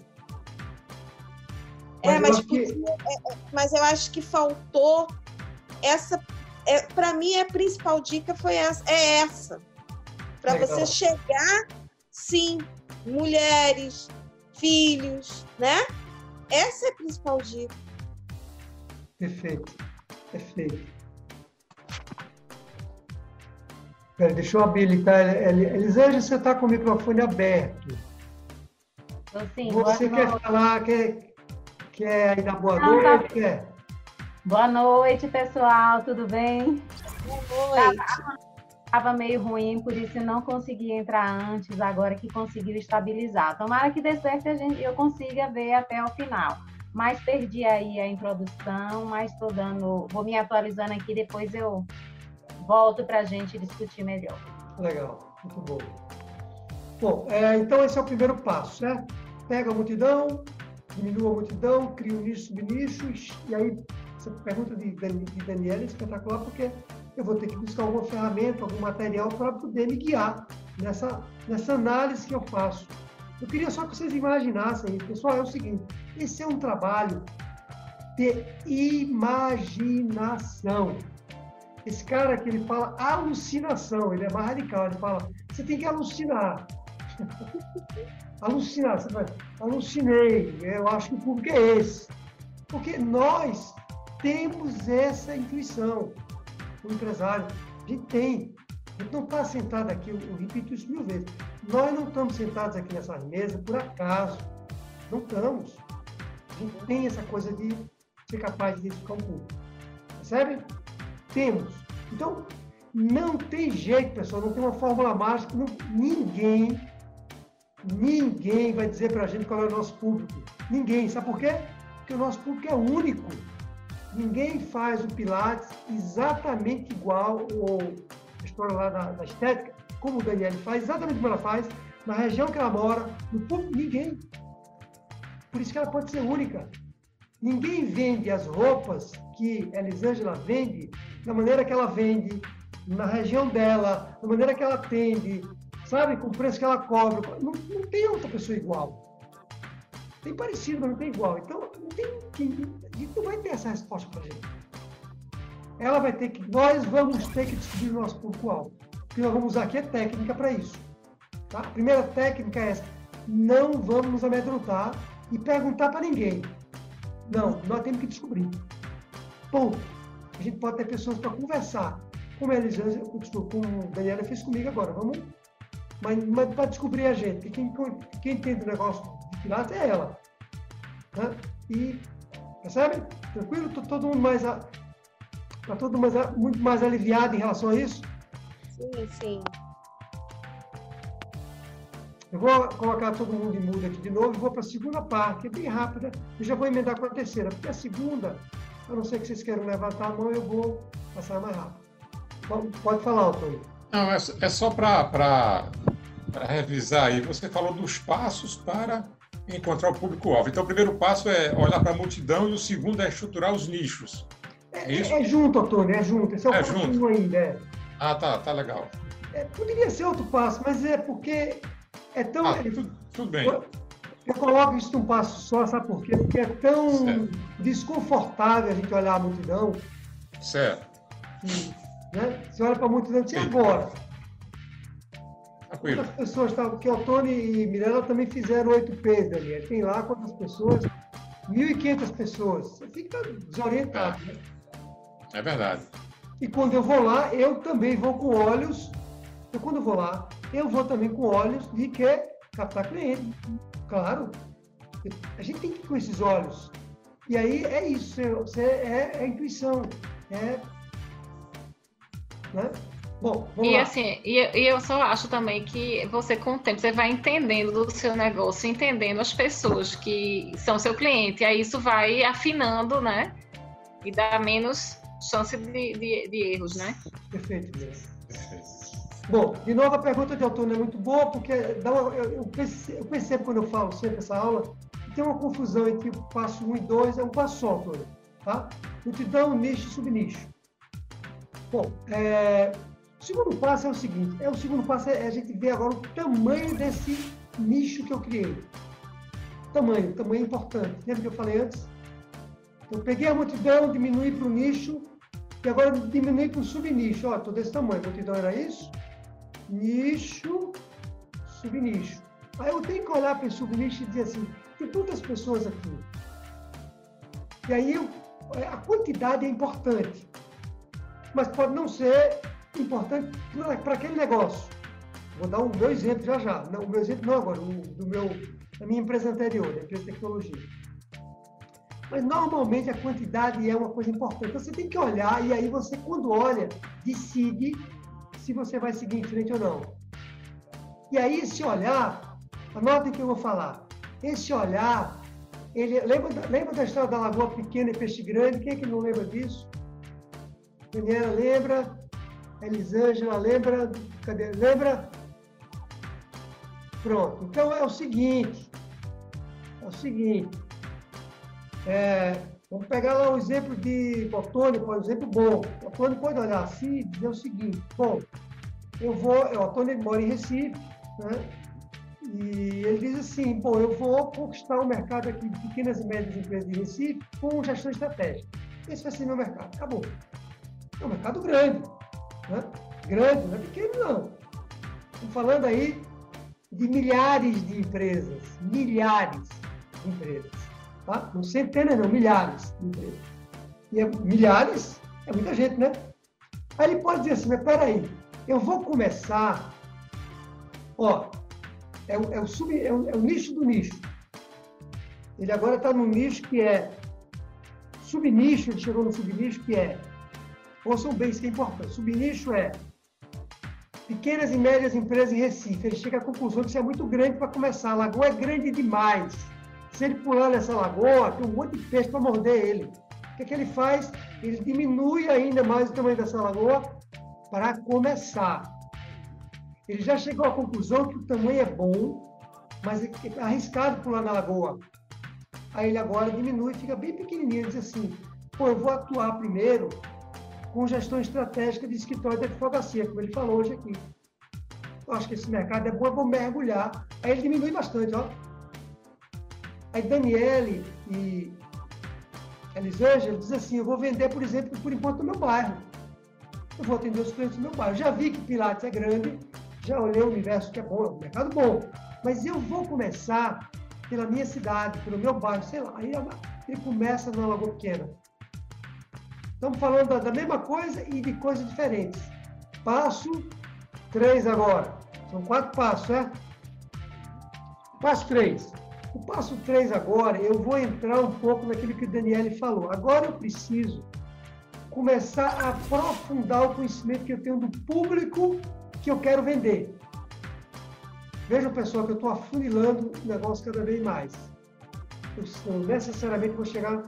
Mas eu acho que faltou essa. Para mim, a principal dica foi essa. Para você chegar, sim, mulheres, filhos, né? Essa é a principal dica. Perfeito. Peraí, deixa eu habilitar. Elisângela, você está com o microfone aberto. Sim, Você quer falar, quer aí dar boa Não, noite? tá... Quer? Boa noite, pessoal, tudo bem? Boa noite. Estava meio ruim, por isso eu não consegui entrar antes, agora que conseguiu estabilizar. Tomara que dê certo e eu consiga ver até o final. Mas perdi aí a introdução, mas vou me atualizando aqui, depois eu volto para a gente discutir melhor. Legal, muito bom. Bom, então esse é o primeiro passo, certo? Pega a multidão, diminua a multidão, cria um nicho, subnichos, e aí essa pergunta de Daniela é espetacular, porque eu vou ter que buscar alguma ferramenta, algum material para poder me guiar nessa análise que eu faço. Eu queria só que vocês imaginassem, pessoal, é o seguinte, esse é um trabalho de imaginação. Esse cara aqui, ele fala alucinação, ele é mais radical, ele fala, você tem que alucinar. Alucinar, você vai, alucinei, eu acho que o público é esse. Porque nós temos essa intuição, o empresário, a gente tem. A gente não está sentado aqui, eu repito isso 1000 vezes, nós não estamos sentados aqui nessa mesa por acaso, não estamos. A gente tem essa coisa de ser capaz de identificar um público. Percebe? Temos. Então, não tem jeito, pessoal, não tem uma fórmula mágica, ninguém vai dizer para a gente qual é o nosso público. Ninguém. Sabe por quê? Porque o nosso público é único. Ninguém faz o Pilates exatamente igual a história lá da estética, como o Daniele faz, exatamente como ela faz, na região que ela mora, no público, ninguém. Por isso que ela pode ser única. Ninguém vende as roupas que a Elisângela vende da maneira que ela vende, na região dela, da maneira que ela atende, sabe, com o preço que ela cobra. Não tem outra pessoa igual. Tem parecido, mas não tem igual. Então, a gente não vai ter essa resposta para a gente. Nós vamos ter que descobrir o nosso público-alvo. O que nós vamos usar aqui é técnica para isso. Tá? A primeira técnica é essa. Não vamos nos amedrontar e perguntar para ninguém. Não, nós temos que descobrir. Ponto. A gente pode ter pessoas para conversar. Como a Elisângela, como a Daniela fez comigo agora. Vamos, mas para descobrir a gente. Quem entende o negócio de Pilates é ela. Né? E, percebe? Tranquilo? Todo mundo muito mais aliviado em relação a isso? Sim, sim. Eu vou colocar todo mundo em mudo aqui de novo e vou para a segunda parte, que é bem rápida. Eu já vou emendar com a terceira, porque a segunda, a não ser que vocês queiram levantar a mão, eu vou passar mais rápido. Pode falar, Antônio. Não, é só para revisar aí. Você falou dos passos para encontrar o público-alvo. Então, o primeiro passo é olhar para a multidão e o segundo é estruturar os nichos. É isso? É junto, Antônio, é junto. Esse é o passo junto. ainda. Ah, tá legal. Poderia ser outro passo, mas é porque é tão... Tudo bem. Eu coloco isso num passo só, sabe por quê? Porque é tão desconfortável a gente olhar a multidão. Certo. Né? Você olha para a multidão e diz, agora? Tranquilo. Quantas pessoas estavam... Porque o Tony e Mirella também fizeram 8Ps, Daniel. Tem lá quantas pessoas? 1.500 pessoas. Você fica desorientado. Né? É verdade. E quando eu vou lá, eu também vou com olhos... Quando eu vou lá, eu vou também com olhos de que captar cliente. Claro. A gente tem que ir com esses olhos. E aí é isso. É a intuição. Né? Bom, vamos lá. Assim, eu só acho também que você, com o tempo, você vai entendendo do seu negócio, entendendo as pessoas que são seu cliente, e aí isso vai afinando, né? E dá menos chance de erros, né? Perfeito, mesmo. Bom, de novo, a pergunta de Antônio é muito boa, porque eu percebo quando eu falo sempre essa aula, que tem uma confusão entre o passo 1 e 2, é um passo só, Antônio. Tá? Multidão, nicho e subnicho. Bom, o segundo passo é o seguinte, a gente ver agora o tamanho desse nicho que eu criei. Tamanho é importante. Lembra que eu falei antes? Eu peguei a multidão, diminui para o nicho, e agora diminui para o subnicho. Estou desse tamanho, a multidão era isso? Nicho, subnicho. Aí eu tenho que olhar para esse subnicho e dizer assim, tem quantas pessoas aqui? E aí a quantidade é importante. Mas pode não ser importante para aquele negócio. Vou dar o meu exemplo já. Não, o meu exemplo não agora, da minha empresa anterior, a empresa de tecnologia. Mas, normalmente, a quantidade é uma coisa importante. Então, você tem que olhar, e aí você, quando olha, decide se você vai seguir em frente ou não. E aí, esse olhar, anotem o que eu vou falar. Esse olhar, lembra da história da Lagoa Pequena e Peixe Grande? Quem é que não lembra disso? Daniela lembra? Elisângela lembra? Cadê? Lembra? Pronto. Então, é o seguinte. Vamos pegar lá o exemplo de Otônio, por exemplo, bom. O Otônio pode olhar assim e dizer o seguinte: bom, o Otônio mora em Recife, né? E ele diz assim: bom, eu vou conquistar o mercado aqui de pequenas e médias empresas de Recife com gestão estratégica. Esse vai ser meu mercado. Acabou. É um mercado grande, né? Grande, não é pequeno, não. Estamos falando aí de milhares de empresas. Tá? Não centenas, não, milhares de empresas. E milhares é muita gente, né? Aí ele pode dizer assim: mas peraí, eu vou começar. Ó, é o nicho do nicho. Ele agora está no nicho que é subnicho, ele chegou no subnicho que é. Ouçam bem, isso que é importante. Subnicho é pequenas e médias empresas em Recife. Ele chega à conclusão que isso é muito grande para começar. A lagoa é grande demais. Se ele pular nessa lagoa, tem um monte de peixe para morder ele. O que ele faz? Ele diminui ainda mais o tamanho dessa lagoa para começar. Ele já chegou à conclusão que o tamanho é bom, mas é arriscado pular na lagoa. Aí ele agora diminui, fica bem pequenininho. Ele diz assim: pô, eu vou atuar primeiro com gestão estratégica de escritório de advocacia, como ele falou hoje aqui. Eu acho que esse mercado é bom, eu vou mergulhar. Aí ele diminui bastante, ó. Aí Daniele e Elisângela diz assim: eu vou vender, por exemplo, por enquanto, no meu bairro. Eu vou atender os clientes do meu bairro. Já vi que Pilates é grande, já olhei o universo que é bom, é um mercado bom. Mas eu vou começar pela minha cidade, pelo meu bairro, sei lá. Aí ele começa na Lagoa Pequena. Estamos falando da mesma coisa e de coisas diferentes. Passo 3 agora. São 4 passos, certo? Passo 3. O passo 3 agora, eu vou entrar um pouco naquilo que o Daniele falou. Agora eu preciso começar a aprofundar o conhecimento que eu tenho do público que eu quero vender. Vejam, pessoal, que eu estou afunilando o negócio cada vez mais. Eu necessariamente vou chegar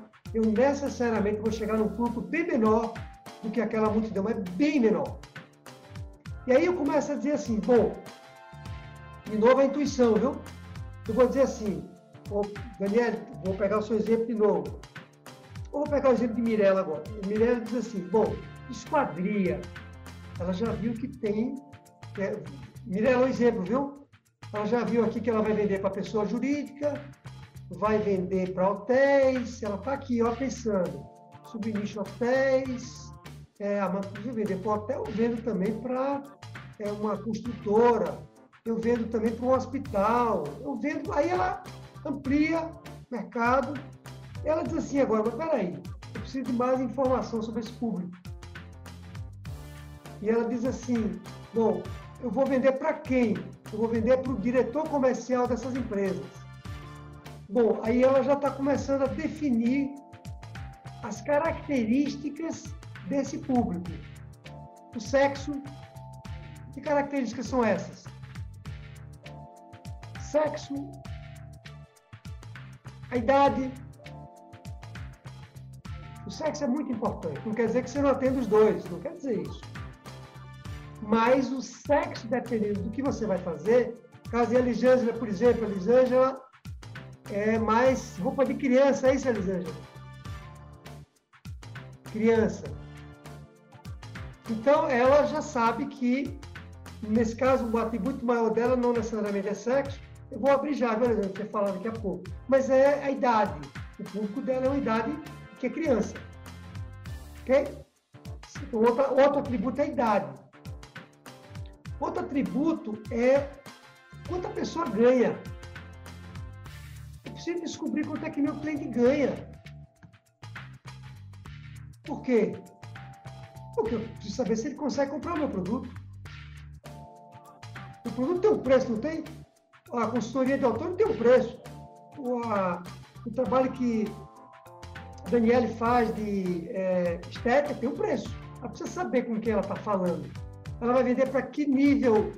num público bem menor do que aquela multidão, mas bem menor. E aí eu começo a dizer assim: bom, de novo a intuição, viu? Eu vou dizer assim: Daniel, vou pegar o seu exemplo de novo. Ou vou pegar o exemplo de Mirella agora. Mirella diz assim: bom, esquadria. Ela já viu que tem. Mirella é um exemplo, viu? Ela já viu aqui que ela vai vender para pessoa jurídica, vai vender para hotéis. Ela está aqui, ó, pensando. Subnicho hotéis. Eu vender para hotel, eu vendo também para uma construtora. Eu vendo também para um hospital. Aí ela amplia o mercado. Ela diz assim agora: mas peraí, eu preciso de mais informação sobre esse público. E ela diz assim: bom, eu vou vender para quem? Eu vou vender para o diretor comercial dessas empresas. Bom, aí ela já está começando a definir as características desse público. O sexo, que características são essas? Sexo, a idade. O sexo é muito importante. Não quer dizer que você não atenda os dois, não quer dizer isso. Mas o sexo, dependendo do que você vai fazer, caso de Elisângela, por exemplo, Elisângela é mais roupa de criança, é isso, Elisângela? Criança. Então, ela já sabe que, nesse caso, o atributo maior dela não necessariamente é sexo. Eu vou abrir já, viu, Elisângela? Você vai falar daqui a pouco. Mas é a idade. O público dela é uma idade que é criança. Ok? Outro atributo é a idade. Outro atributo é quanto a pessoa ganha. Eu preciso descobrir quanto é que meu cliente ganha. Por quê? Porque eu preciso saber se ele consegue comprar o meu produto. O produto tem um preço, não tem? A consultoria de autônomo tem um preço. O trabalho que a Daniele faz de estética tem um preço. Ela precisa saber com quem ela está falando. Ela vai vender para que nível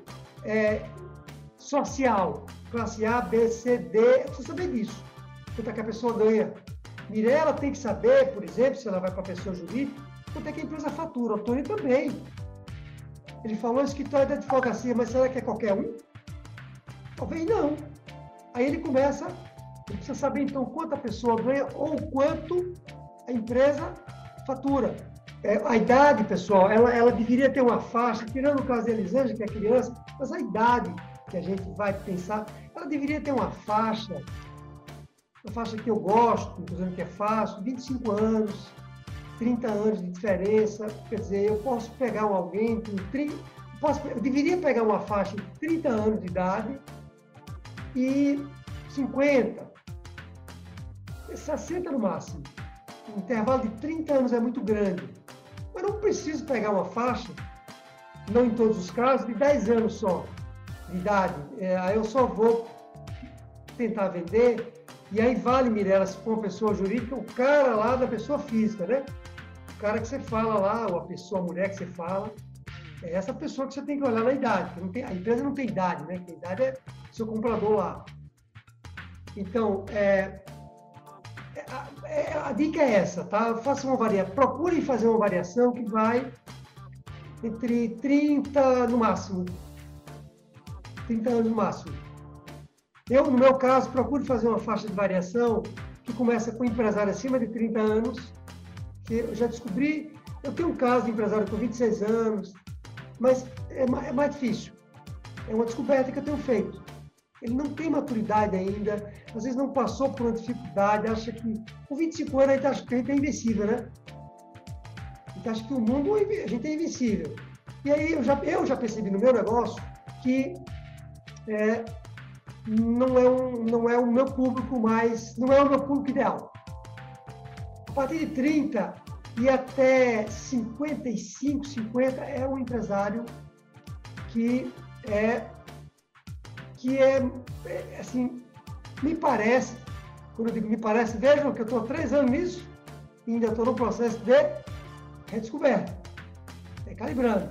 social? Classe A, B, C, D. Ela precisa saber disso. Quanto é que a pessoa ganha. Mirella tem que saber, por exemplo, se ela vai para a pessoa jurídica, quanto é que a empresa fatura. O Tony também. Ele falou escritório de advocacia, mas será que é qualquer um? Talvez não. Aí ele precisa saber então quanto a pessoa ganha ou quanto a empresa fatura. A idade, pessoal, ela deveria ter uma faixa, tirando o caso de Elisângela, que é criança, mas a idade que a gente vai pensar, ela deveria ter uma faixa que eu gosto, não estou dizendo que é fácil, 25 anos, 30 anos de diferença, quer dizer, eu posso pegar alguém com 30, eu deveria pegar uma faixa de 30 anos de idade e 50, 60 no máximo. O intervalo de 30 anos é muito grande. Eu não preciso pegar uma faixa, não em todos os casos, de 10 anos só de idade. Aí eu só vou tentar vender, e aí vale, Mirella, se for uma pessoa jurídica, o cara lá da pessoa física, né? O cara que você fala lá, ou a mulher que você fala, é essa pessoa que você tem que olhar na idade. A empresa não tem idade, né? A idade é seu comprador lá. Então, a dica é essa, tá? Faça uma variação, procure fazer uma variação que vai entre 30 no máximo. 30 anos no máximo. Eu, no meu caso, procuro fazer uma faixa de variação que começa com empresário acima de 30 anos, que eu já descobri, eu tenho um caso de empresário com 26 anos, mas é mais difícil. É uma descoberta que eu tenho feito. Ele não tem maturidade ainda, às vezes não passou por uma dificuldade, acha que com 25 anos a gente acha que a gente é invencível, né? A gente acha que o mundo, a gente é invencível. E aí eu já percebi no meu negócio que não é o meu público mais, não é o meu público ideal. A partir de 30 e até 55, 50 é um empresário que assim, me parece, quando eu digo me parece, vejam que eu estou há 3 anos nisso e ainda estou no processo de redescoberta, calibrando.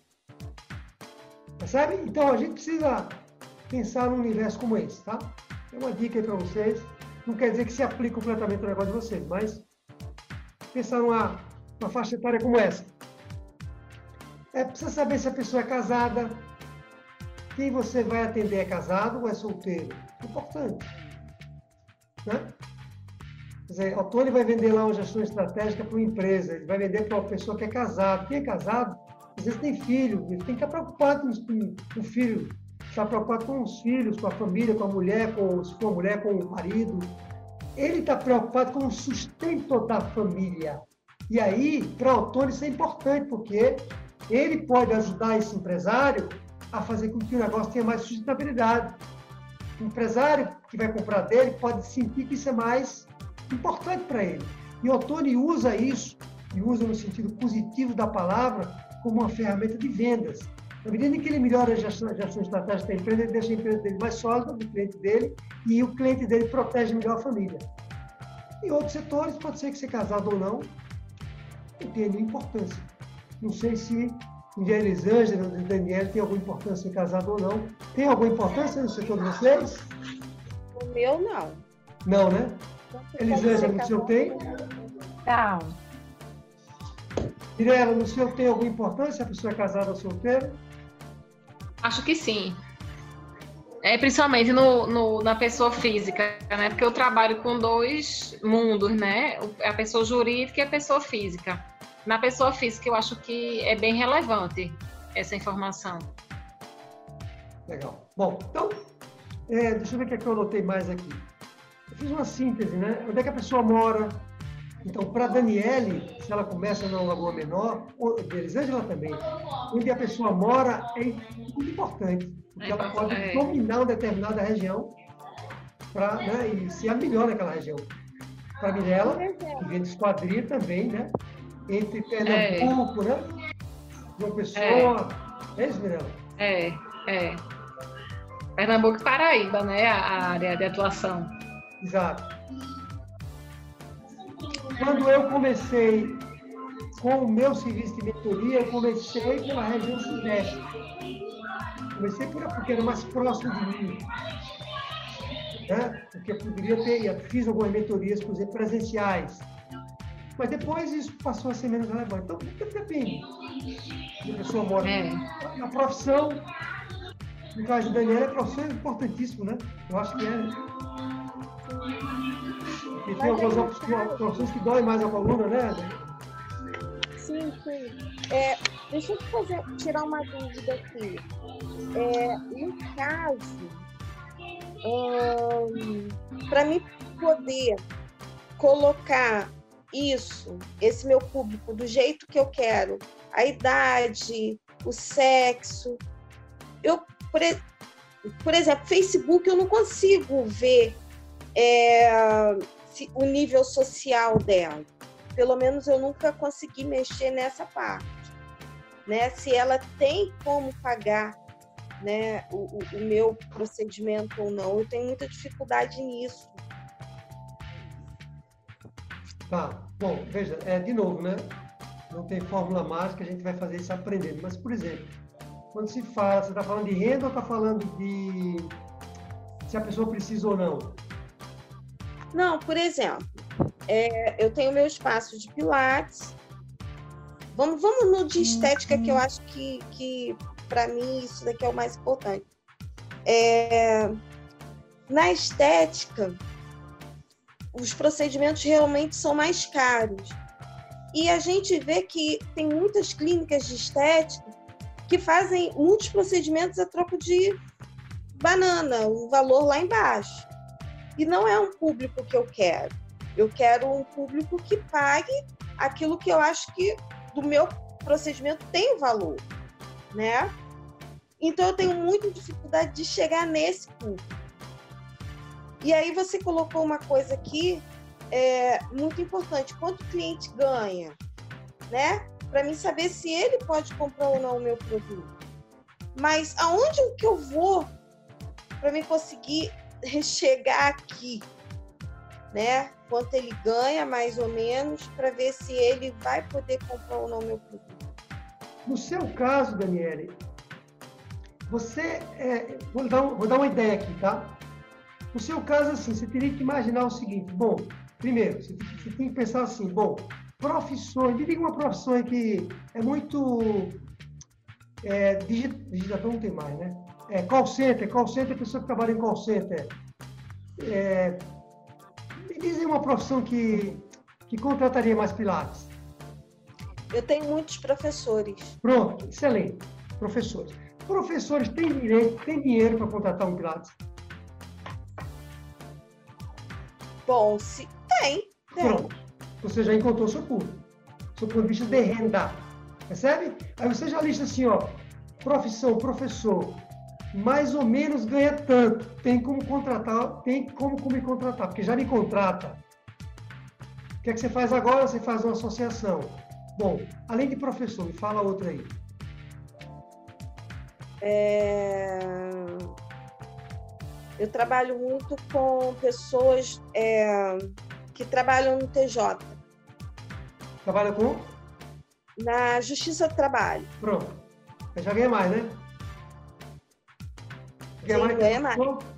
Percebe? Então, a gente precisa pensar num universo como esse, tá? É uma dica aí para vocês. Não quer dizer que se aplique completamente no negócio de vocês, mas pensar numa faixa etária como essa. Precisa saber se a pessoa é casada, quem você vai atender é casado ou é solteiro. Importante. Né? Quer dizer, o Tony vai vender lá uma gestão estratégica para uma empresa, ele vai vender para uma pessoa que é casada. Quem é casado, às vezes tem filho, ele tem que estar preocupado com o filho, está preocupado com os filhos, com a família, com a mulher, se for uma mulher, com o marido. Ele está preocupado com o sustento da família. E aí, para o Tony, isso é importante, porque ele pode ajudar esse empresário a fazer com que o negócio tenha mais sustentabilidade. O empresário que vai comprar dele pode sentir que isso é mais importante para ele. E o Tony usa isso, e usa no sentido positivo da palavra, como uma ferramenta de vendas. Na medida em que ele melhora a gestão estratégica da empresa, ele deixa a empresa dele mais sólida do cliente dele e o cliente dele protege melhor a família. Em outros setores, pode ser que ser casado ou não, não tenha nenhuma importância. Não sei se de Elisângela, de Daniel, tem alguma importância em casado ou não. Tem alguma importância no setor de vocês? O meu, não. Não, né? Elisângela, no seu tem? Não. Mirella, no seu tem alguma importância a pessoa é casada ou solteira? Acho que sim. Principalmente na pessoa física, né? Porque eu trabalho com 2 mundos, né? A pessoa jurídica e a pessoa física. Na pessoa física, eu acho que é bem relevante essa informação. Legal. Bom, então, deixa eu ver o que é que eu anotei mais aqui. Eu fiz uma síntese, né? Onde é que a pessoa mora? Então, para a Daniele, se ela começa na Lagoa Menor, ou de Elisângela também, onde a pessoa mora é muito importante, porque ela pode dominar uma determinada região e ser a melhor naquela região. Para a Mirella, que vem de Esquadria também, né? Entre Pernambuco, né? João Pessoa. É isso, Mirella? É. Pernambuco e Paraíba, né? A área de atuação. Exato. Quando eu comecei com o meu serviço de mentoria, eu comecei pela região sudeste. Comecei porque era mais próximo de mim. Né? Porque eu poderia ter, fiz algumas mentorias, por exemplo, presenciais. Mas depois isso passou a ser menos relevante. Então, depende. A pessoa mora. A profissão, no caso de Daniela, a profissão é importantíssimo, né? Eu acho que é. E tem algumas profissões que doem mais a coluna, né? Sim. Deixa eu tirar uma dúvida aqui. No caso, para mim poder colocar esse meu público do jeito que eu quero, a idade, o sexo, por exemplo, Facebook, eu não consigo ver o nível social dela. Pelo menos eu nunca consegui mexer nessa parte, né? Se ela tem como pagar, né, o meu procedimento ou não. Eu tenho muita dificuldade nisso. Tá, bom, veja, de novo, né? Não tem fórmula mágica, a gente vai fazer isso aprendendo. Mas, por exemplo, quando se fala, você está falando de renda ou está falando de se a pessoa precisa ou não? Não, por exemplo, eu tenho meu espaço de pilates. Vamos no de estética, que eu acho que para mim, isso daqui é o mais importante. Na estética, os procedimentos realmente são mais caros. E a gente vê que tem muitas clínicas de estética que fazem muitos procedimentos a troco de banana, o valor lá embaixo. E não é um público que eu quero. Eu quero um público que pague aquilo que eu acho que do meu procedimento tem valor, né? Então, eu tenho muita dificuldade de chegar nesse público. E aí, você colocou uma coisa aqui muito importante. Quanto o cliente ganha, né? Para mim saber se ele pode comprar ou não o meu produto. Mas aonde que eu vou para me conseguir chegar aqui, né? Quanto ele ganha, mais ou menos, para ver se ele vai poder comprar ou não o meu produto. No seu caso, Daniele, você, vou dar uma ideia aqui, tá? No seu caso, assim, você teria que imaginar o seguinte, bom, primeiro, você tem que pensar assim, bom, profissões, me diga uma profissão que é muito, digitador não tem mais, né? Call center, a pessoa que trabalha em call center. Me diz uma profissão que contrataria mais pilates. Eu tenho muitos professores. Pronto, excelente, professores. Professores têm dinheiro para contratar um pilates? Bom, se tem. Pronto. Você já encontrou seu público. Seu ponto de vista de renda. Percebe? Aí você já lista assim, ó, profissão, professor, mais ou menos ganha tanto. Tem como me contratar, porque já me contrata. O que é que você faz agora? Você faz uma associação. Bom, além de professor, me fala outra aí. Eu trabalho muito com pessoas que trabalham no TJ. Trabalha com? Na Justiça do Trabalho. Pronto. Já ganha mais, né? Ganha mais.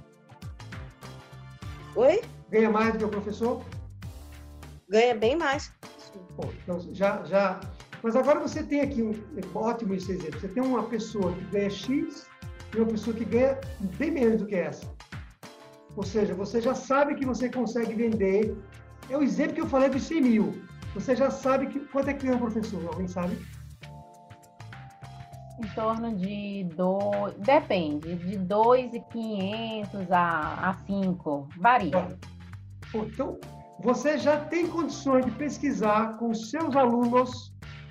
Oi? Ganha mais do que o professor? Ganha bem mais. Bom, então, já... Mas agora você tem aqui ótimo esse exemplo. Você tem uma pessoa que ganha X e uma pessoa que ganha bem menos do que essa. Ou seja, você já sabe que você consegue vender. É o exemplo que eu falei dos 100 mil. Você já sabe quanto é que ganha um professor. Alguém sabe? Em torno de depende, de 2.500 a 5, varia. Então, você já tem condições de pesquisar com os seus alunos,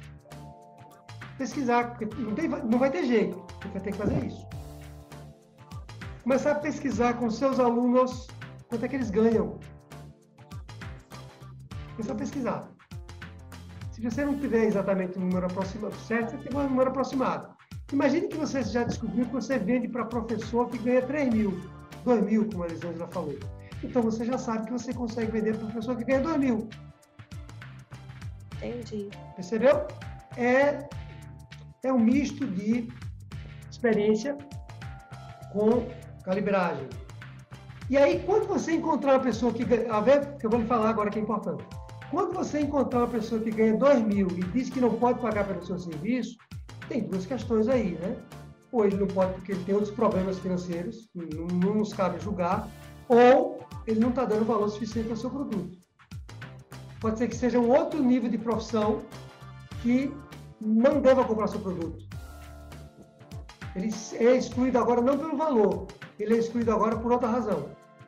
porque não vai ter jeito, você vai ter que fazer isso. Começar a pesquisar com os seus alunos quanto é que eles ganham. Começar a pesquisar. Se você não tiver exatamente o número aproximado certo, você tem um número aproximado. Imagine que você já descobriu que você vende para professor que ganha 3 mil, 2 mil, como a Elisângela falou. Então, você já sabe que você consegue vender para professor que ganha 2 mil. Entendi. Percebeu? É um misto de experiência com calibragem. E aí, quando você encontrar uma pessoa que ganha... A ver, que eu vou lhe falar agora que é importante. Quando você encontrar uma pessoa que ganha 2 mil e diz que não pode pagar pelo seu serviço, tem duas questões aí, né? Ou ele não pode porque ele tem outros problemas financeiros, não nos cabe julgar, ou ele não está dando valor suficiente ao seu produto. Pode ser que seja um outro nível de profissão que não deva comprar seu produto. Ele é excluído agora não pelo valor, ele é excluído agora por outra razão.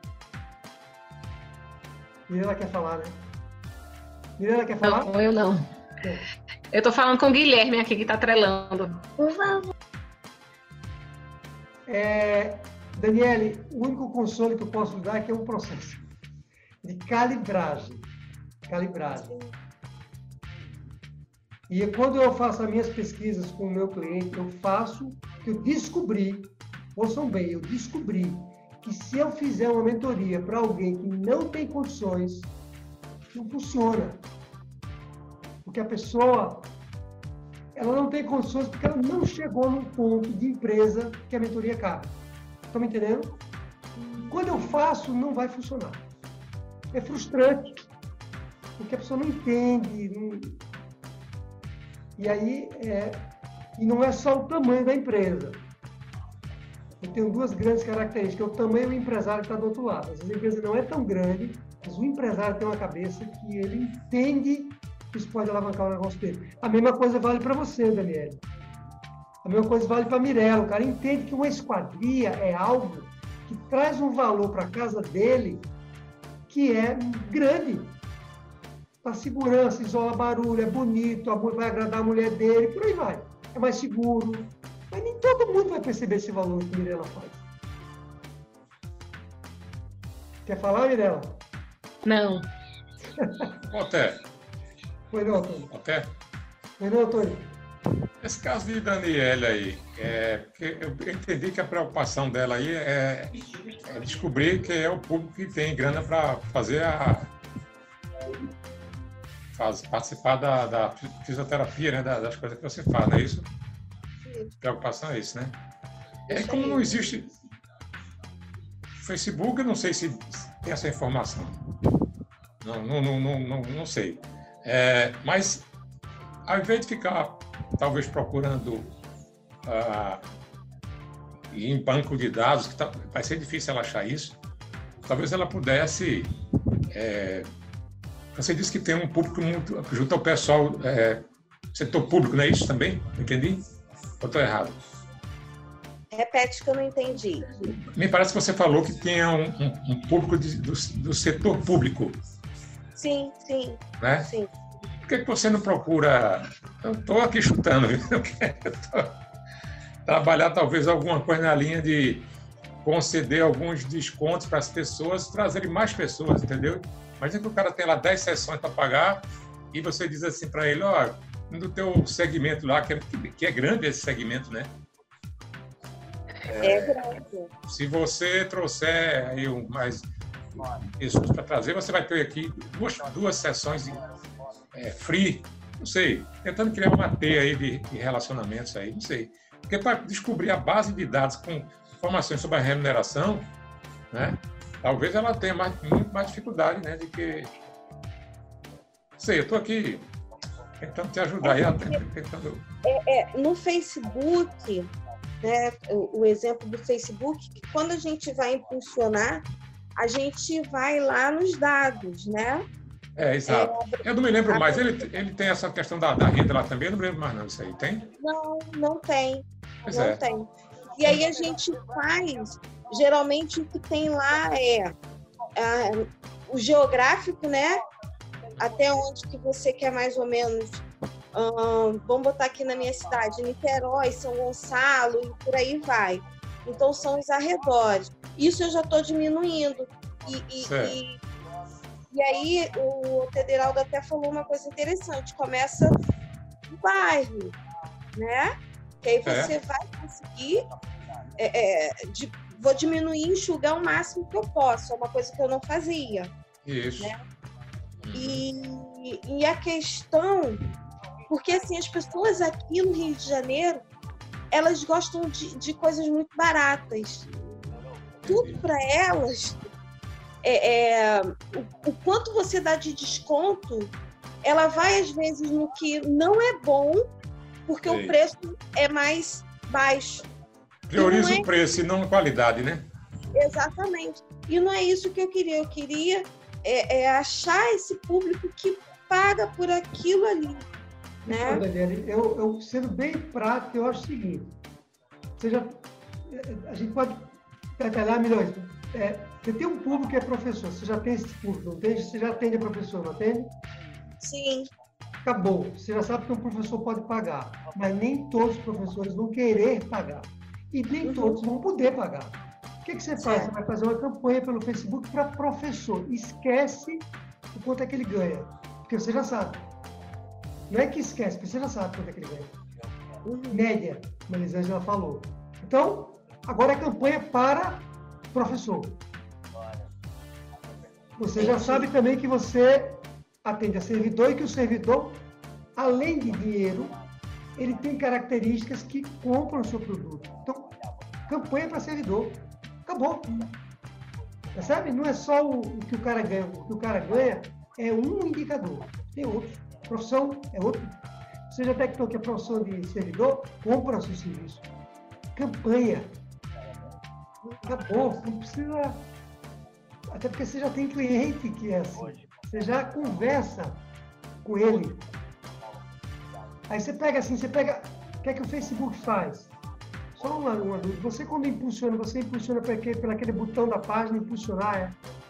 Mirela quer falar, né? Mirela quer falar? Não, eu não. É. Eu estou falando com o Guilherme aqui, que está trelando. Daniele, o único consolo que eu posso dar é que é um processo de calibragem. E quando eu faço as minhas pesquisas com o meu cliente, eu descobri, ouçam bem, eu descobri que se eu fizer uma mentoria para alguém que não tem condições, não funciona. Porque a pessoa, ela não tem condições porque ela não chegou num ponto de empresa que a mentoria cabe. Estão me entendendo? Quando eu faço, não vai funcionar. É frustrante, porque a pessoa não entende. E aí, e não é só o tamanho da empresa. Eu tenho duas grandes características, o tamanho e o empresário que está do outro lado. Às vezes a empresa não é tão grande, mas o empresário tem uma cabeça que ele entende que isso pode alavancar o negócio dele. A mesma coisa vale para você, Daniele. A mesma coisa vale para a Mirella. O cara entende que uma esquadria é algo que traz um valor para a casa dele que é grande. A segurança, isola barulho, é bonito, vai agradar a mulher dele, por aí vai. É mais seguro. Mas nem todo mundo vai perceber esse valor que a Mirella faz. Quer falar, Mirella? Não. Oté. Foi não, Antônio. Oté. Foi não, Antônio. Esse caso de Daniele aí, porque eu entendi que a preocupação dela aí é descobrir que é o público que tem grana para fazer participar da fisioterapia, né, das coisas que você faz, não é isso? A preocupação é isso, né? Como não existe Facebook, eu não sei se tem essa informação. Não sei. Mas, ao invés de ficar, talvez, procurando em banco de dados, que vai ser difícil ela achar isso, talvez ela pudesse... Você disse que tem um público muito... junto ao pessoal, setor público, não é isso também? Entendi? Ou estou errado? Repete que eu não entendi. Me parece que você falou que tinha um público do setor público. Sim, sim. Né? Sim. Por que você não procura... Eu estou aqui chutando, viu? Eu quero trabalhar talvez alguma coisa na linha de conceder alguns descontos para as pessoas, trazerem mais pessoas, entendeu? Imagina que o cara tem lá 10 sessões para pagar e você diz assim para ele, ó, do teu segmento lá, que é grande esse segmento, né? É grande. Se você trouxer aí mais pessoas para trazer, você vai ter aqui duas sessões free, não sei, tentando criar uma teia aí de relacionamentos aí, não sei. Porque para descobrir a base de dados com informações sobre a remuneração, né? Talvez ela tenha muito mais dificuldade, né? De que... Não sei, eu estou aqui tentando te ajudar. No Facebook, né, o exemplo do Facebook, quando a gente vai impulsionar, a gente vai lá nos dados, né? Exato. Eu não me lembro mais. Ele tem essa questão da renda lá também? Eu não me lembro mais não, isso aí. Tem? Não tem. Pois não tem. E aí a gente faz... Geralmente o que tem lá é o geográfico, né? Até onde que você quer mais ou menos. Vamos botar aqui na minha cidade, Niterói, São Gonçalo e por aí vai. Então E aí o Tederaldo até falou uma coisa interessante, começa no bairro, né? Que aí você vai conseguir, vou diminuir e enxugar o máximo que eu posso, é uma coisa que eu não fazia. Isso. Né? E a questão, porque assim, as pessoas aqui no Rio de Janeiro, elas gostam de coisas muito baratas. Tudo para elas, o quanto você dá de desconto, ela vai às vezes no que não é bom, porque o preço é mais baixo. Prioriza o preço e não a qualidade, né? Exatamente. E não é isso que eu queria. Eu queria achar esse público que paga por aquilo ali. Né? Então, Daniele, eu sendo bem prático, eu acho o seguinte. A gente pode detalhar melhor isso. Você tem um público que é professor, você já tem esse público, não tem? Você já atende a professor, não atende? Sim. Acabou. Você já sabe que um professor pode pagar, mas nem todos os professores vão querer pagar. E nem todos vão poder pagar. O que você faz? Você vai fazer uma campanha pelo Facebook para professor. Esquece o quanto é que ele ganha, porque você já sabe. Não é que esquece, porque você já sabe quanto é que ele ganha. Média, como a Elisângela falou. Então, agora é campanha para professor. Você já sabe também que você atende a servidor e que o servidor, além de dinheiro, ele tem características que compram o seu produto. Então, campanha para servidor. Acabou. Percebe? Não é só o que o cara ganha. O que o cara ganha é um indicador. Tem outros. Profissão é outro. Você já detectou que a profissão de servidor compra o seu serviço. Campanha. Acabou. Não precisa... Até porque você já tem cliente que é assim. Você já conversa com ele. Aí você pega assim, o que é que o Facebook faz? Só uma dúvida. Você quando impulsiona, você impulsiona pelo aquele botão da página, impulsionar,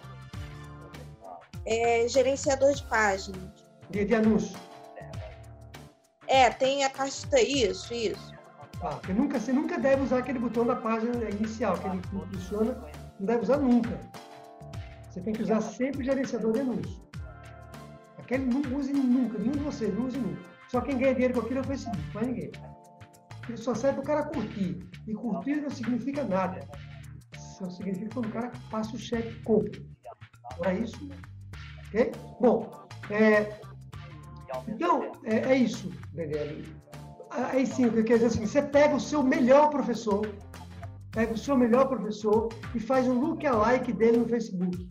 gerenciador de página. De anúncio. Tem a parte isso. Tá. Você nunca deve usar aquele botão da página inicial, que ele impulsiona, não deve usar nunca. Você tem que usar sempre o gerenciador de anúncio. Aquele não use nunca, nenhum de vocês, não use nunca. Só quem ganha dinheiro com aquilo é o Facebook, mais ninguém. Ele só serve para o cara curtir. E curtir não significa nada. Só significa quando o cara passa o cheque e compra. Para isso, ok? Bom, então, é isso, Daniel. Aí sim, eu quero dizer assim, você pega o seu melhor professor, e faz um lookalike dele no Facebook.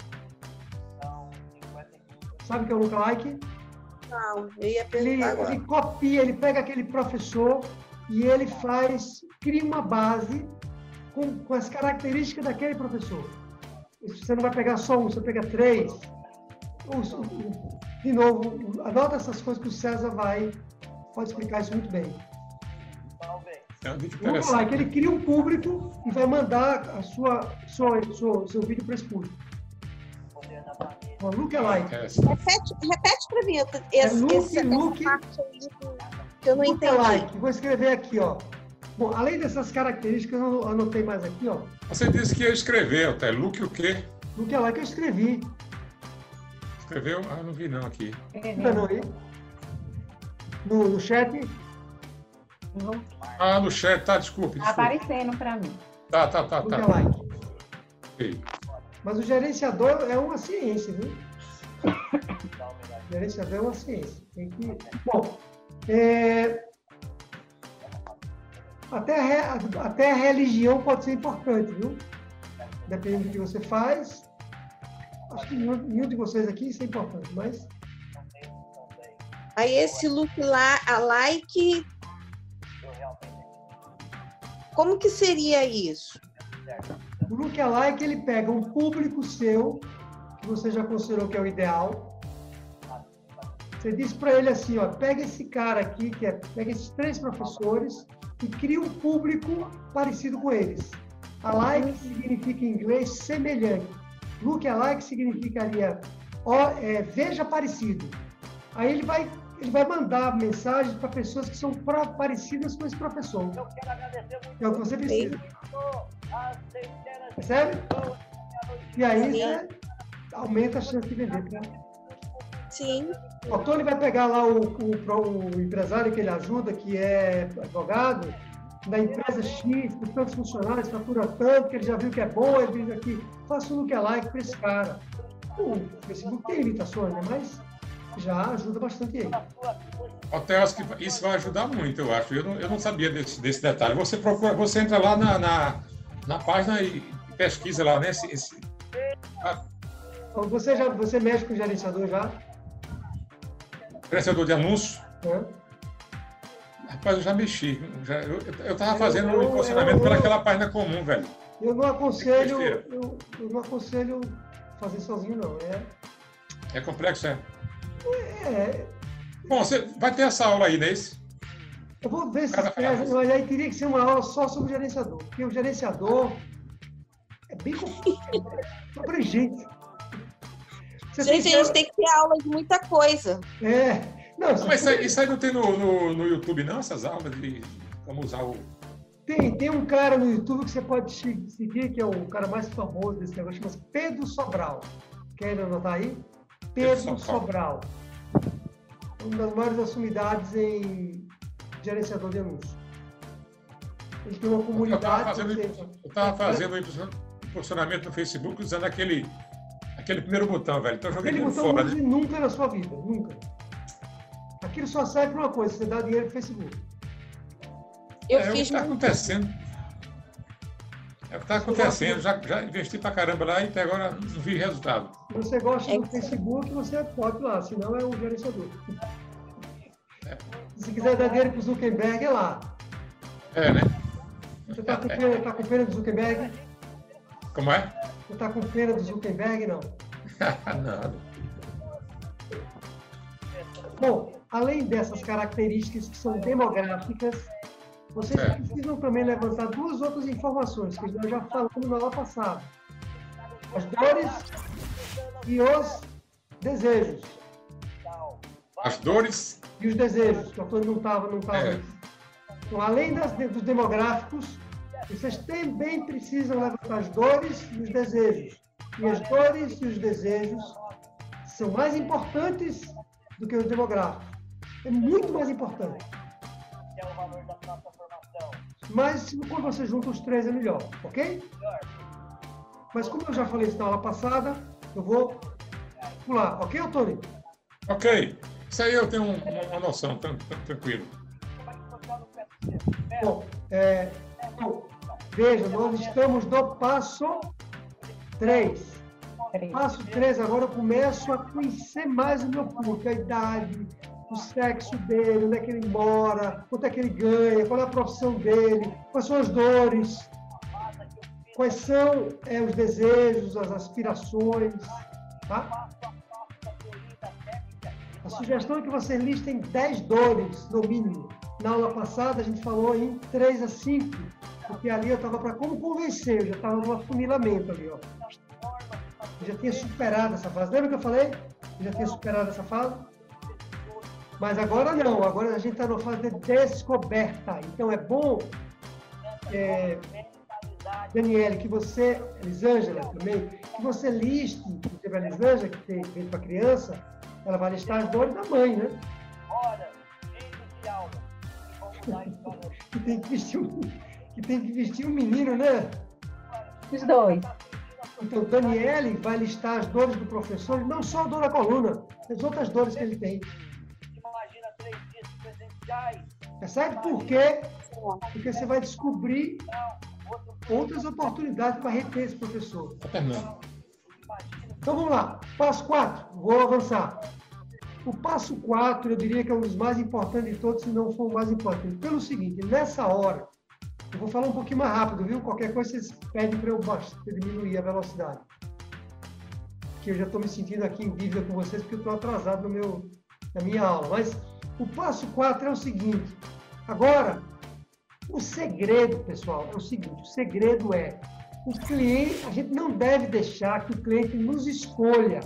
Sabe o que é um lookalike? Não, eu ia perguntar agora. Ele copia, ele pega aquele professor e ele cria uma base com as características daquele professor. Você não vai pegar só um, você pega 3. De novo, anota essas coisas que o César pode explicar isso muito bem. Lookalike, ele cria um público e vai mandar seu vídeo para esse público. Lookalike. Repete para mim essa parte aí que eu não entendi. Vou escrever aqui, ó. Bom, além dessas características, eu anotei mais aqui, ó. Você disse que ia escrever, até Look o quê? Lookalike eu escrevi. Escreveu? Ah, não vi não aqui. Não aí? No chat? Não. Ah, no chat, tá, desculpe. Tá aparecendo para mim. Tá. Lookalike. Okay. Mas o gerenciador é uma ciência, viu? O gerenciador é uma ciência. Tem que... Bom, até a religião pode ser importante, viu? Dependendo do que você faz. Acho que nenhum de vocês aqui isso é importante, mas... Aí esse lookalike, como que seria isso? O lookalike, ele pega um público seu, que você já considerou que é o ideal. Você diz para ele assim, ó, pega esse cara aqui, pega esses 3 professores e cria um público parecido com eles. Alike significa em inglês semelhante. Lookalike significaria veja parecido. Aí ele vai mandar mensagens para pessoas que são parecidas com esse professor. É o que você precisa. Percebe? E aí aumenta a chance de vender, né? Sim. O Tony vai pegar lá o empresário que ele ajuda, que é advogado, da empresa X, com tantos funcionários, fatura tanto, que ele já viu que é bom, ele diz aqui, faça um lookalike para esse cara. O Facebook tem limitações, né? Mas já ajuda bastante ele. Até acho que isso vai ajudar muito, eu acho. Eu não sabia desse detalhe. Você entra lá na página e pesquisa lá, né? Você mexe com o gerenciador já? Gerenciador de anúncios? Rapaz, eu já mexi. Eu estava fazendo um impulsionamento pelaquela página comum, velho. Eu não aconselho fazer sozinho, não. É complexo, é? É. Bom, você vai ter essa aula aí, não é isso? Eu vou ver se mas aí teria que ser uma aula só sobre o gerenciador. Porque o gerenciador é bem abrangente. Gente, a gente tem que ter aula de muita coisa. Não, mas isso aí não tem no YouTube, não? Essas aulas de como usar o... Tem um cara no YouTube que você pode seguir, que é o cara mais famoso desse negócio, chama-se Pedro Sobral. Quer anotar aí? Pedro Sobral. Uma das maiores sumidades em gerenciador de anúncios. Ele tem uma comunidade... Eu estava fazendo impulsionamento no Facebook usando aquele primeiro botão, velho. Então eu joguei aquele tudo botão fora. Nunca na sua vida, nunca. Aquilo só serve para uma coisa, você dá dinheiro pro Facebook. O que está acontecendo. É o que está acontecendo. Já investi pra caramba lá e até agora não vi resultado. Se você gosta do Facebook, você pode lá, senão é o gerenciador. Se quiser dar dinheiro pro Zuckerberg, é lá. Né? Você tá com pena do Zuckerberg? Como é? Você tá com pena do Zuckerberg, não? Nada. Bom, além dessas características que são demográficas, vocês precisam também levantar duas outras informações que nós já falamos na aula passada. As dores e os desejos. As dores e os desejos, que eu não estava. Então, além dos demográficos, vocês também precisam levantar as dores e os desejos. E as dores e os desejos são mais importantes do que os demográficos. É muito mais importante. Mas quando você junta os três é melhor, ok? Mas como eu já falei isso na aula passada, eu vou pular, ok, Tony? Ok. Isso aí eu tenho uma noção, tranquilo. Bom, veja, nós estamos no passo 3. Passo 3, agora eu começo a conhecer mais o meu público, a idade, o sexo dele, onde é que ele mora, quanto é que ele ganha, qual é a profissão dele, quais são as dores, quais são os desejos, as aspirações, tá? A sugestão é que vocês listem 10 dores, no mínimo. Na aula passada, a gente falou em 3 a 5, porque ali eu estava para como convencer, eu já estava no afunilamento ali, ó. Eu já tinha superado essa fase. Lembra que eu falei? Eu já tinha superado essa fase? Mas agora não, agora a gente está numa fase de descoberta. Então é bom, Daniele, que você, Elisângela também, que você liste, por exemplo, a Elisângela, que tem feito para criança, ela vai listar as dores da mãe, né? que tem que vestir um menino, né? Os dois. Então, Daniele vai listar as dores do professor, não só a dor da coluna, as outras dores que ele tem. Percebe por quê? Porque você vai descobrir outras oportunidades para reter esse professor. Então, vamos lá. Passo 4. Vou avançar. O passo 4, eu diria que é um dos mais importantes de todos, se não for o mais importante. Pelo seguinte, nessa hora, eu vou falar um pouquinho mais rápido, viu? Qualquer coisa vocês pedem para eu diminuir a velocidade. Porque eu já estou me sentindo aqui em dívida com vocês, porque eu estou atrasado na minha aula. Mas o passo 4 é o seguinte. Agora, o segredo, pessoal, é o seguinte. O segredo é, o cliente, a gente não deve deixar que o cliente nos escolha.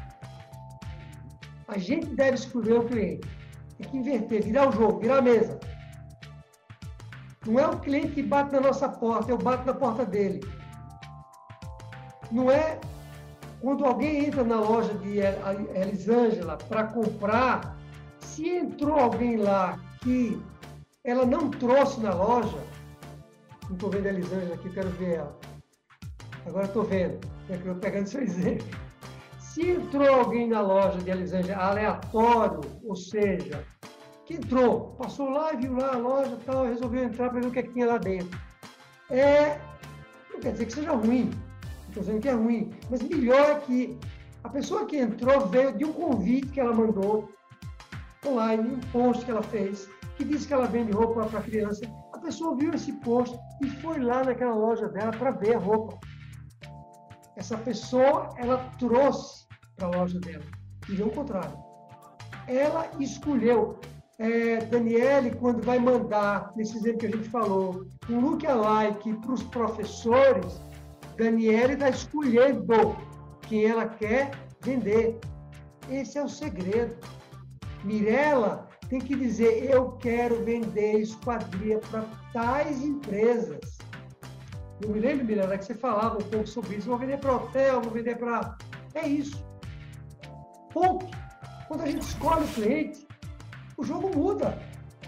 A gente deve escolher o cliente. Tem que inverter, virar o jogo, virar a mesa. Não é o cliente que bate na nossa porta, eu bato na porta dele. Não é quando alguém entra na loja de Elisângela para comprar, se entrou alguém lá que ela não trouxe na loja, não estou vendo a Elisângela aqui, quero ver ela. Agora estou vendo, eu pegando seu exemplo. Se entrou alguém na loja de Elisângela aleatório, ou seja, que entrou, passou lá e viu lá a loja e tal, resolveu entrar para ver o que é que tinha lá dentro. Não quer dizer que seja ruim, não estou dizendo que é ruim, mas melhor é que a pessoa que entrou veio de um convite que ela mandou online, um post que ela fez, que disse que ela vende roupa para criança. A pessoa viu esse post e foi lá naquela loja dela para ver a roupa. Essa pessoa, ela trouxe para a loja dela, e não o contrário. Ela escolheu. Daniele, quando vai mandar, nesse exemplo que a gente falou, um lookalike para os professores, Daniele está escolhendo quem ela quer vender. Esse é o segredo. Mirella tem que dizer, eu quero vender esquadria para tais empresas. Eu me lembro, Mirella, que você falava um pouco sobre isso. Vou vender para hotel, vou vender para... É isso. Ponto. Quando a gente escolhe o cliente, o jogo muda.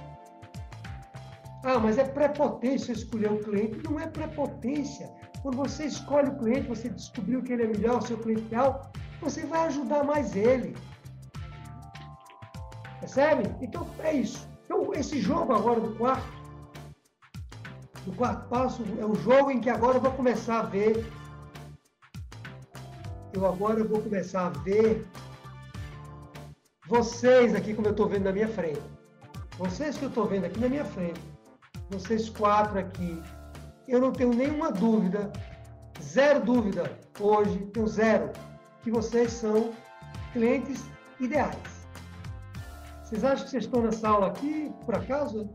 Ah, mas é prepotência escolher o cliente. Não é prepotência. Quando você escolhe o cliente, você descobriu que ele é melhor, o seu cliente ideal, você vai ajudar mais ele. Percebe? Então, é isso. Então, esse jogo agora do quarto passo, é o jogo em que agora eu vou começar a ver. Eu vou começar a ver vocês aqui, como eu estou vendo na minha frente. Vocês que eu estou vendo aqui na minha frente. Vocês 4 aqui. Eu não tenho nenhuma dúvida, zero dúvida hoje, tenho zero, que vocês são clientes ideais. Vocês acham que vocês estão nessa aula aqui, por acaso?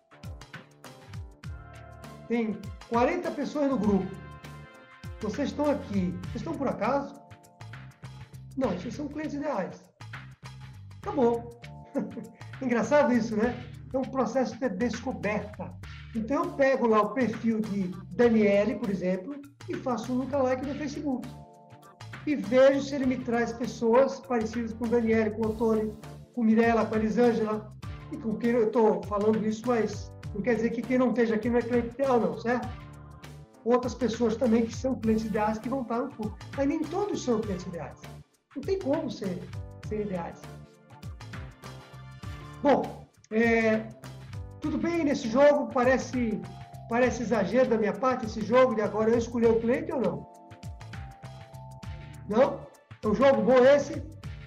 Tem 40 pessoas no grupo. Vocês estão aqui. Vocês estão por acaso? Não, vocês são clientes ideais. Acabou. Engraçado isso, né? É um processo de descoberta. Então, eu pego lá o perfil de Daniele, por exemplo, e faço um lookalike no Facebook. E vejo se ele me traz pessoas parecidas com Daniele, com o Tony, com Mirella, com a Elisângela, e com quem eu estou falando isso, mas não quer dizer que quem não esteja aqui não é cliente ideal, não, certo? Outras pessoas também que são clientes ideais que vão estar no curso. Mas nem todos são clientes ideais. Não tem como ser ideais. Bom, tudo bem nesse jogo? Parece exagero da minha parte esse jogo de agora eu escolher o cliente ou não? Não? É um jogo bom esse?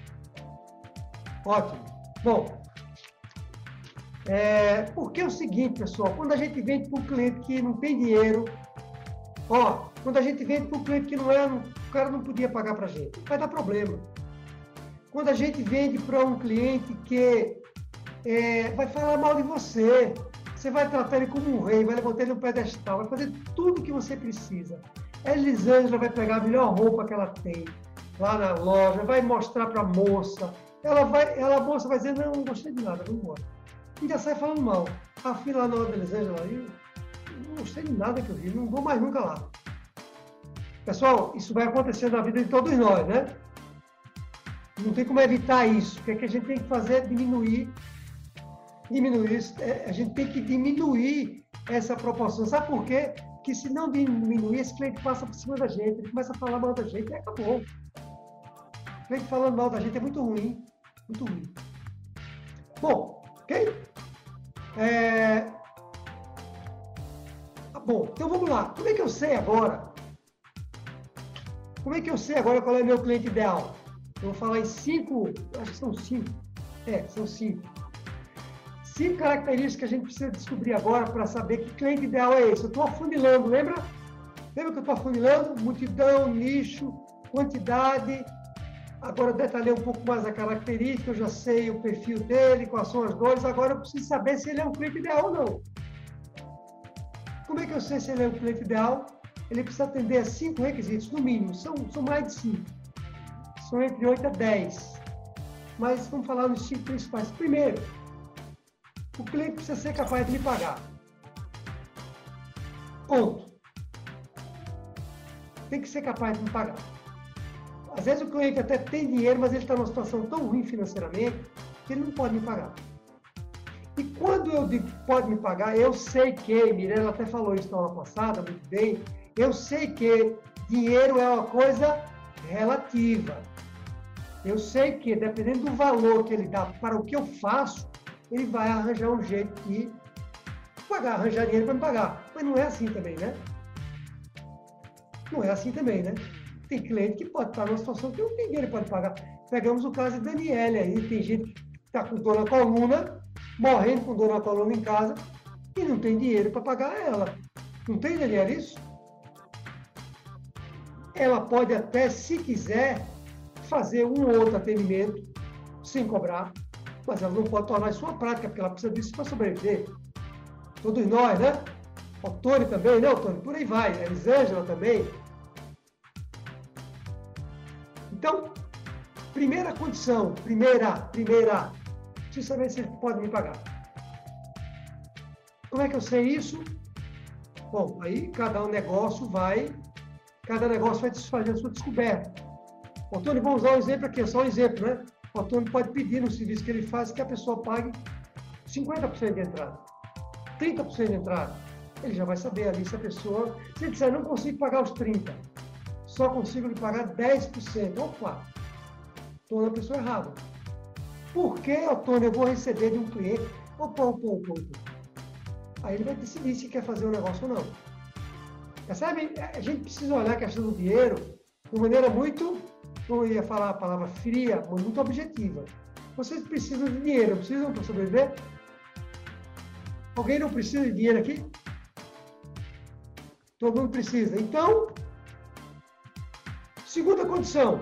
Ótimo. Bom, porque é o seguinte, pessoal, quando a gente vende para um cliente que não tem dinheiro, quando a gente vende para um cliente que o cara não podia pagar para a gente, vai dar problema. Quando a gente vende para um cliente que vai falar mal de você, você vai tratar ele como um rei, vai levantar ele no pedestal, vai fazer tudo o que você precisa. A Elisângela vai pegar a melhor roupa que ela tem lá na loja, vai mostrar para a moça, a moça vai dizer, não gostei de nada, vamos embora. E já sai falando mal. A fila lá na hora da Elisângela, eu não gostei de nada que eu vi, não vou mais nunca lá. Pessoal, isso vai acontecer na vida de todos nós, né? Não tem como evitar isso. O que é que a gente tem que fazer? Diminuir isso. A gente tem que diminuir essa proporção. Sabe por quê? Porque se não diminuir, esse cliente passa por cima da gente, ele começa a falar mal da gente e acabou. O cliente falando mal da gente é muito ruim. Muito ruim. Bom, ok? Bom, então vamos lá. Como é que eu sei agora? Como é que eu sei agora qual é o meu cliente ideal? Eu vou falar em 5, acho que são 5. São 5. 5 características que a gente precisa descobrir agora para saber que cliente ideal é esse. Eu estou afunilando, lembra? Lembra que eu estou afunilando? Multidão, nicho, quantidade. Agora eu detalhei um pouco mais a característica, eu já sei o perfil dele, quais são as dores. Agora eu preciso saber se ele é um cliente ideal ou não. Como é que eu sei se ele é um cliente ideal? Ele precisa atender a 5 requisitos, no mínimo. São mais de 5. São entre 8 a 10. Mas vamos falar nos 5 principais. Primeiro, o cliente precisa ser capaz de me pagar. Ponto. Tem que ser capaz de me pagar. Às vezes o cliente até tem dinheiro, mas ele está numa situação tão ruim financeiramente que ele não pode me pagar. E quando eu digo pode me pagar, eu sei que, Mirella até falou isso na aula passada, muito bem, eu sei que dinheiro é uma coisa relativa. Eu sei que, dependendo do valor que ele dá para o que eu faço, ele vai arranjar um jeito de pagar, arranjar dinheiro para me pagar. Mas não é assim também, né? Não é assim também, né? Tem cliente que pode estar numa situação que não tem dinheiro para pagar. Pegamos o caso de Daniele aí, tem gente que está com dor na coluna, morrendo com dor na coluna em casa, e não tem dinheiro para pagar ela. Não tem, Daniele, isso? Ela pode até, se quiser, fazer um ou outro atendimento sem cobrar, mas ela não pode tornar isso uma prática, porque ela precisa disso para sobreviver. Todos nós, né? O Tony também, né, Tony? Por aí vai. A Elisângela também. Então, primeira condição, preciso saber se ele pode me pagar. Como é que eu sei isso? Bom, aí cada negócio vai fazer a sua descoberta. O Tony, vamos usar um exemplo aqui, é só um exemplo, né? O Tony pode pedir no serviço que ele faz que a pessoa pague 50% de entrada, 30% de entrada. Ele já vai saber ali se a pessoa... Se ele disser, não consigo pagar os 30%, só consigo lhe pagar 10%. Opa! Estou na pessoa errada. Por que, Tony, eu vou receber de um cliente? Opa. Aí ele vai decidir se quer fazer um negócio ou não. Percebe? A gente precisa olhar a questão do dinheiro de maneira muito, eu ia falar a palavra fria, mas muito objetiva. Vocês precisam de dinheiro, precisam para sobreviver? Alguém não precisa de dinheiro aqui? Todo mundo precisa. Então, segunda condição.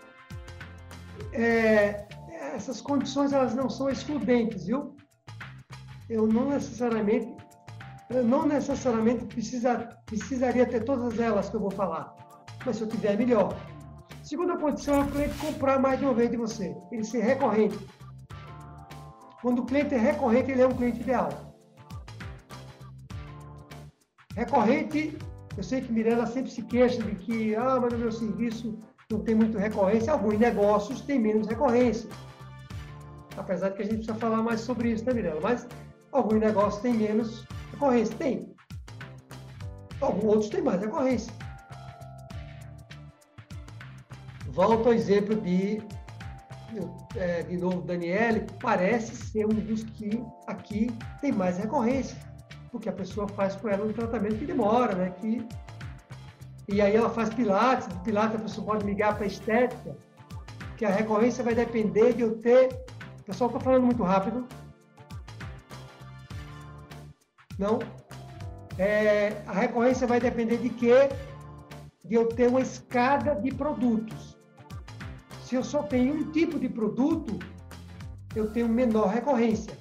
Essas condições, elas não são excludentes, viu? Eu não necessariamente precisaria ter todas elas que eu vou falar, mas se eu tiver, melhor. Segunda condição é o cliente comprar mais de uma vez de você, ele ser recorrente. Quando o cliente é recorrente, ele é um cliente ideal. Recorrente, eu sei que Mirella sempre se queixa de que, mas no meu serviço não tem muito recorrência. Alguns negócios têm menos recorrência. Apesar de que a gente precisa falar mais sobre isso, né, Mirella? Mas alguns negócios têm menos recorrência. Tem. Alguns outros têm mais recorrência. Volto ao exemplo de novo, Daniele, parece ser um dos que aqui tem mais recorrência, porque a pessoa faz com ela um tratamento que demora, né? E aí ela faz pilates, a pessoa pode ligar para estética, que a recorrência vai depender de eu ter... Pessoal, estou falando muito rápido. Não? A recorrência vai depender de quê? De eu ter uma escada de produtos. Se eu só tenho um tipo de produto, eu tenho menor recorrência.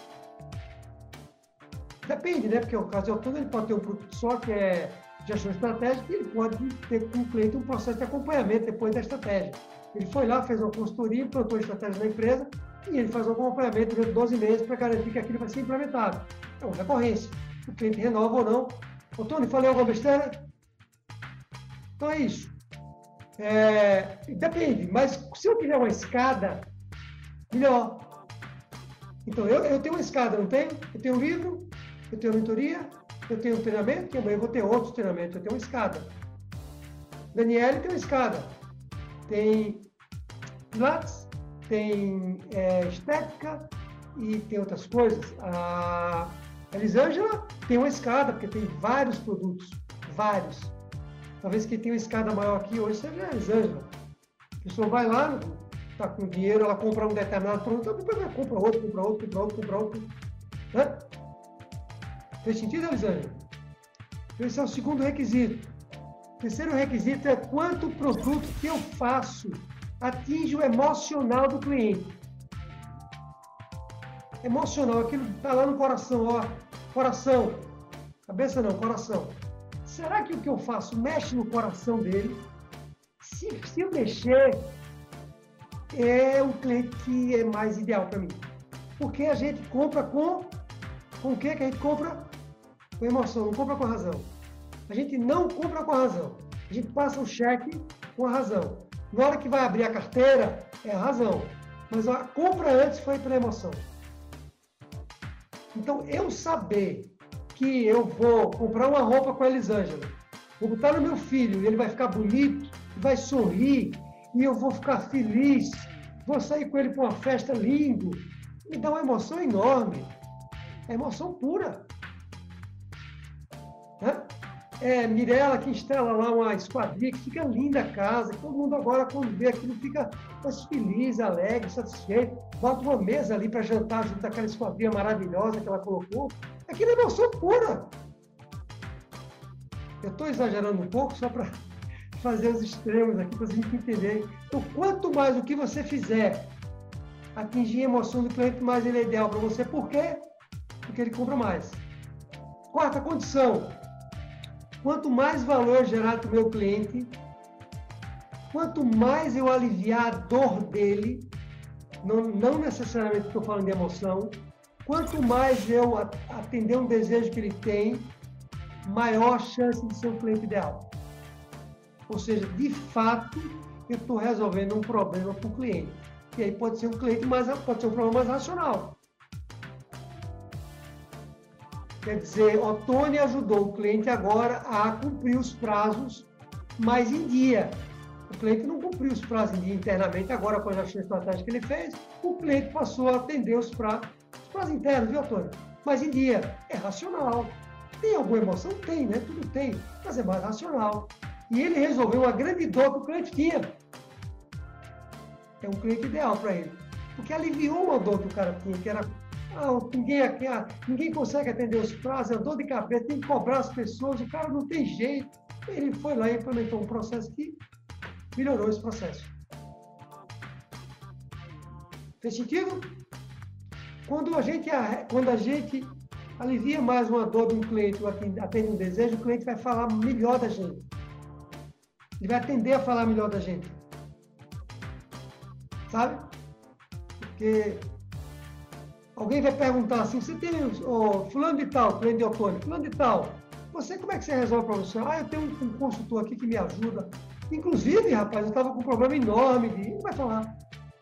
Depende, né? Porque o caso de Otônio, ele pode ter um produto só, que é gestão estratégica, e ele pode ter com o cliente um processo de acompanhamento depois da estratégia. Ele foi lá, fez uma consultoria, implantou a estratégia na empresa, e ele faz um acompanhamento durante 12 meses para garantir que aquilo vai ser implementado. É uma recorrência. O cliente renova ou não. Otônio, falei alguma besteira? Então é isso. Depende, mas se eu tiver uma escada, melhor. Então, eu tenho uma escada, não tenho? Eu tenho um livro, eu tenho uma mentoria, eu tenho um treinamento, e amanhã eu vou ter outros treinamentos, eu tenho uma escada. Daniele tem uma escada. Tem pilates, tem estética e tem outras coisas. A Elisângela tem uma escada, porque tem vários produtos, vários. Talvez quem tem uma escada maior aqui hoje seja a Elisângela. A pessoa vai lá, está com dinheiro, ela compra um determinado produto, depois ela compra outro. Né? Fez sentido, Elisângela? Esse é o segundo requisito. O terceiro requisito é quanto o produto que eu faço atinge o emocional do cliente. Emocional, aquilo está lá no coração, ó. Coração. Cabeça não, coração. Será que o que eu faço mexe no coração dele? Se eu mexer, é um cliente que é mais ideal para mim. Porque a gente compra com o que a gente compra? Com emoção, não compra com razão. A gente não compra com a razão. A gente passa o cheque com a razão. Na hora que vai abrir a carteira, é a razão. Mas a compra antes foi pela emoção. Então, eu saber que eu vou comprar uma roupa com a Elisângela, vou botar no meu filho e ele vai ficar bonito, vai sorrir, e eu vou ficar feliz, vou sair com ele para uma festa lindo, me dá uma emoção enorme. É emoção pura. Mirella que instala lá uma esquadria, que fica linda a casa, todo mundo agora, quando vê aquilo, fica mais feliz, alegre, satisfeito, bota uma mesa ali para jantar junto daquela esquadria maravilhosa que ela colocou. Aquilo é emoção pura. Eu estou exagerando um pouco só para fazer os extremos aqui, para a gente entender. Então, quanto mais o que você fizer atingir a emoção do cliente, mais ele é ideal para você. Por quê? Porque ele compra mais. Quarta condição. Quanto mais valor gerar para o meu cliente, quanto mais eu aliviar a dor dele, não necessariamente estou falando de emoção, quanto mais eu atender um desejo que ele tem, maior a chance de ser um cliente ideal. Ou seja, de fato, eu estou resolvendo um problema para o cliente. E aí pode ser um problema mais racional. Quer dizer, Ottoni ajudou o cliente agora a cumprir os prazos mais em dia. O cliente não cumpriu os prazos em dia internamente, agora com a gestão estratégica que ele fez, o cliente passou a atender os prazos internos, viu, Ottoni? Mas em dia, é racional. Tem alguma emoção? Tem, né? Tudo tem, mas é mais racional. E ele resolveu uma grande dor que o cliente tinha. É um cliente ideal para ele. Porque aliviou uma dor que o cara tinha, que era ninguém consegue atender os prazos, é dor de cabeça, tem que cobrar as pessoas, o cara não tem jeito. Ele foi lá e implementou um processo que melhorou esse processo. Fez sentido? Quando a gente alivia mais uma dor de um cliente, ou atende um desejo, o cliente vai falar melhor da gente. Ele vai tender a falar melhor da gente. Sabe? Porque alguém vai perguntar assim, você tem fulano de tal, cliente de Ottoni, fulano de tal, você como é que você resolve para você? Eu tenho um consultor aqui que me ajuda. Inclusive, rapaz, eu estava com um problema enorme não vai falar.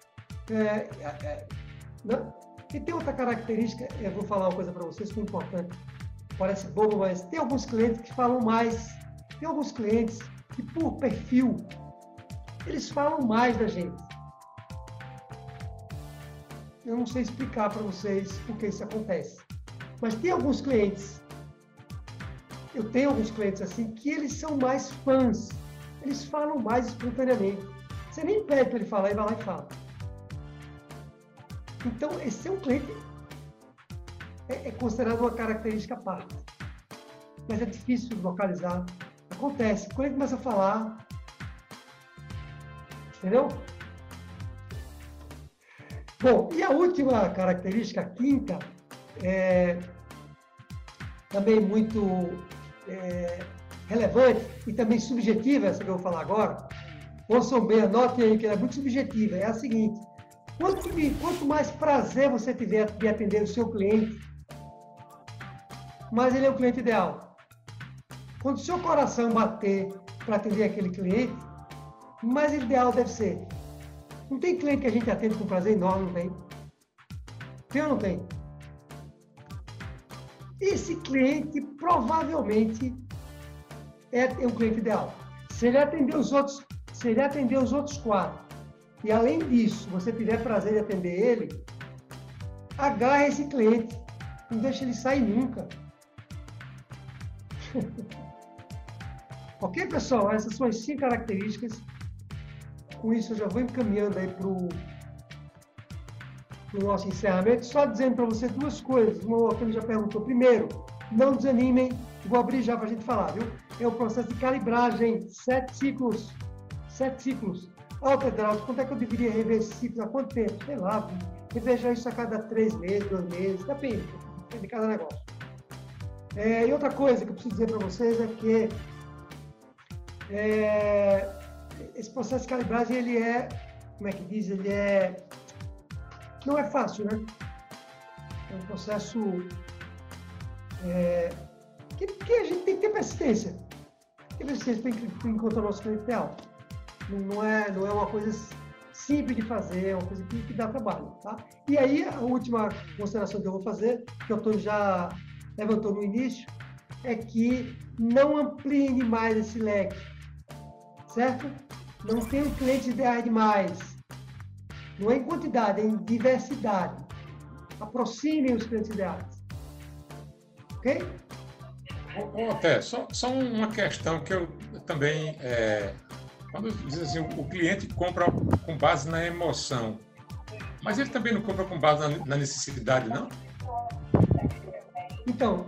Né? E tem outra característica, eu vou falar uma coisa para vocês que é importante. Parece bobo, mas tem alguns clientes que falam mais. Tem alguns clientes que, por perfil, eles falam mais da gente. Eu não sei explicar para vocês por que isso acontece. Mas tem alguns clientes, eu tenho alguns clientes assim, que eles são mais fãs. Eles falam mais espontaneamente. Você nem pede para ele falar, ele vai lá e fala. Então, esse é um cliente, é considerado uma característica à parte. Mas é difícil de localizar. Acontece, quando ele começa a falar, entendeu? Bom, e a última característica, a quinta, também muito relevante e também subjetiva, essa que eu vou falar agora. Ouçam bem, anotem aí que ela é muito subjetiva. É a seguinte: quanto mais prazer você tiver de atender o seu cliente, mais ele é o cliente ideal. Quando o seu coração bater para atender aquele cliente, mais ideal deve ser. Não tem cliente que a gente atende com prazer enorme, não tem? Tem ou não tem? Esse cliente provavelmente é um cliente ideal. Se ele atender os outros 4, e além disso, você tiver prazer de atender ele, agarre esse cliente. Não deixe ele sair nunca. Ok, pessoal? Essas são as 5 características. Com isso, eu já vou encaminhando aí para o nosso encerramento. Só dizendo para você 2 coisas. Uma que ele já perguntou. Primeiro, não desanimem. Vou abrir já para a gente falar, viu? É um processo de calibragem. 7 ciclos. 7 ciclos. Pedro, quanto é que eu deveria rever esse ciclo? Há quanto tempo? Sei lá. Reveja isso a cada 3 meses, 2 meses. Depende de cada negócio. E outra coisa que eu preciso dizer para vocês é que esse processo de calibragem, ele como é que diz? Não é fácil, né? É um processo que a gente tem que ter persistência. Tem persistência para encontrar o nosso cliente ideal. Não é uma coisa simples de fazer, é uma coisa que dá trabalho, tá? E aí, a última consideração que eu vou fazer, que o Antônio já levantou no início, é que não amplie demais esse leque, certo? Não tenham clientes ideais demais. Não é em quantidade, é em diversidade. Aproximem os clientes ideais. Ok? Até, só uma questão que eu também... quando diz assim, o cliente compra com base na emoção, mas ele também não compra com base na necessidade, não? Então,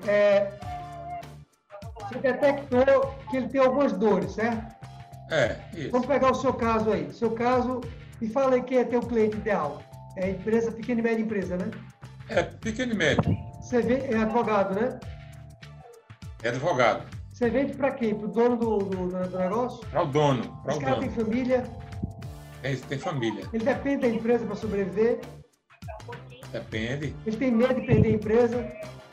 você detectou que ele tem algumas dores, certo? Isso. Vamos pegar o seu caso aí. Seu caso, me fala aí quem é teu cliente ideal. É empresa, pequena e média empresa, né? Pequeno e médio. Você é advogado, né? É advogado. Você vende para quem? Para o dono do negócio? Para o dono. Esse cara tem família? Tem família. Ele depende da empresa para sobreviver? Depende. Ele tem medo de perder a empresa?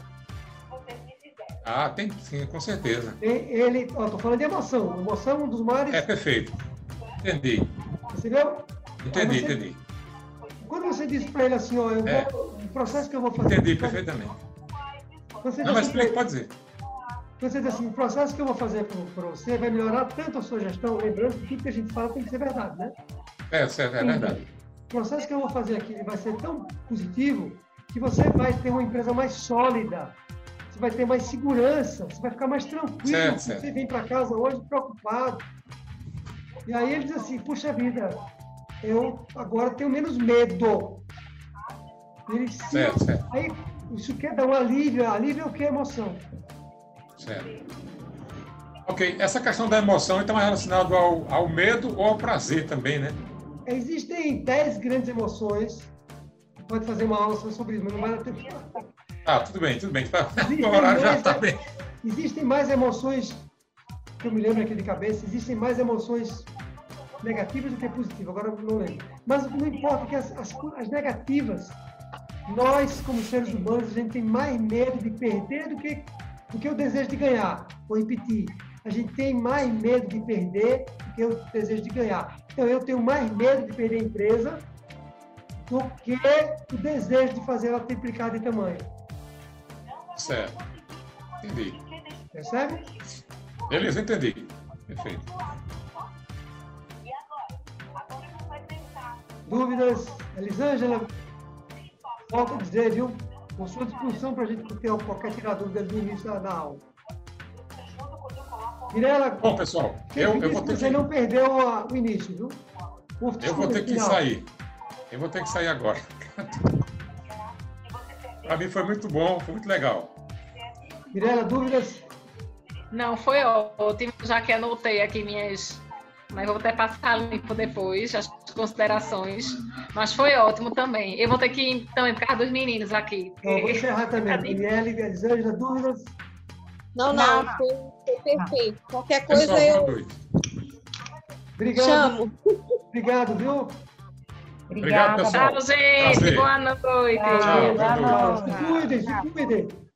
Tem sim, com certeza. Estou falando de emoção. Emoção é um dos maiores... Perfeito. Entendi. Percebeu? Entendi. Quando você diz para ele assim, o processo que eu vou fazer... Entendi perfeitamente. Não, mas explica, pode dizer. Você diz assim, o processo que eu vou fazer para você vai melhorar tanto a sua gestão, lembrando que tudo que a gente fala tem que ser verdade, né? É verdade. O processo que eu vou fazer aqui vai ser tão positivo que você vai ter uma empresa mais sólida, você vai ter mais segurança, você vai ficar mais tranquilo. Certo. Você vem para casa hoje preocupado. E aí ele diz assim, puxa vida, eu agora tenho menos medo. Certo. Aí isso quer dar um alívio. Alívio é o que? Emoção. Certo. Ok, essa questão da emoção então é relacionada ao medo ou ao prazer também, né? Existem 10 grandes emoções. Pode fazer uma aula sobre isso, mas não vai dar tempo. Tudo bem. O horário já está bem. Existem mais emoções, que eu me lembro aqui de cabeça, existem mais emoções negativas do que positivas, agora eu não lembro. Mas não importa que as negativas, nós, como seres humanos, a gente tem mais medo de perder do que o desejo de ganhar. Vou repetir, a gente tem mais medo de perder do que o desejo de ganhar. Então, eu tenho mais medo de perder a empresa do que o desejo de fazer ela triplicar de tamanho. Certo. Entendi. Percebe? Beleza, entendi. Perfeito. Dúvidas? Elisângela, volto a dizer, viu? Com sua disposição para a gente ter qualquer tirar dúvida do início da aula. Mirela, bom, pessoal, eu vou ter você não perdeu o início, viu? Eu vou ter que sair. Eu vou ter que sair agora. Para mim foi muito bom, foi muito legal. Mirela, dúvidas? Não, foi ótimo, já que anotei aqui mas vou até passar limpo depois, as considerações. Mas foi ótimo também. Eu vou ter que ir também por causa dos meninos aqui. Não, vou encerrar também. Daniela, Elisângela, dúvidas? Não, foi perfeito. Qualquer coisa pessoal, Obrigado. Chamo. Obrigado, viu? Obrigado, pessoal. Tchau, gente. Boa noite. Tchau. Se cuidem.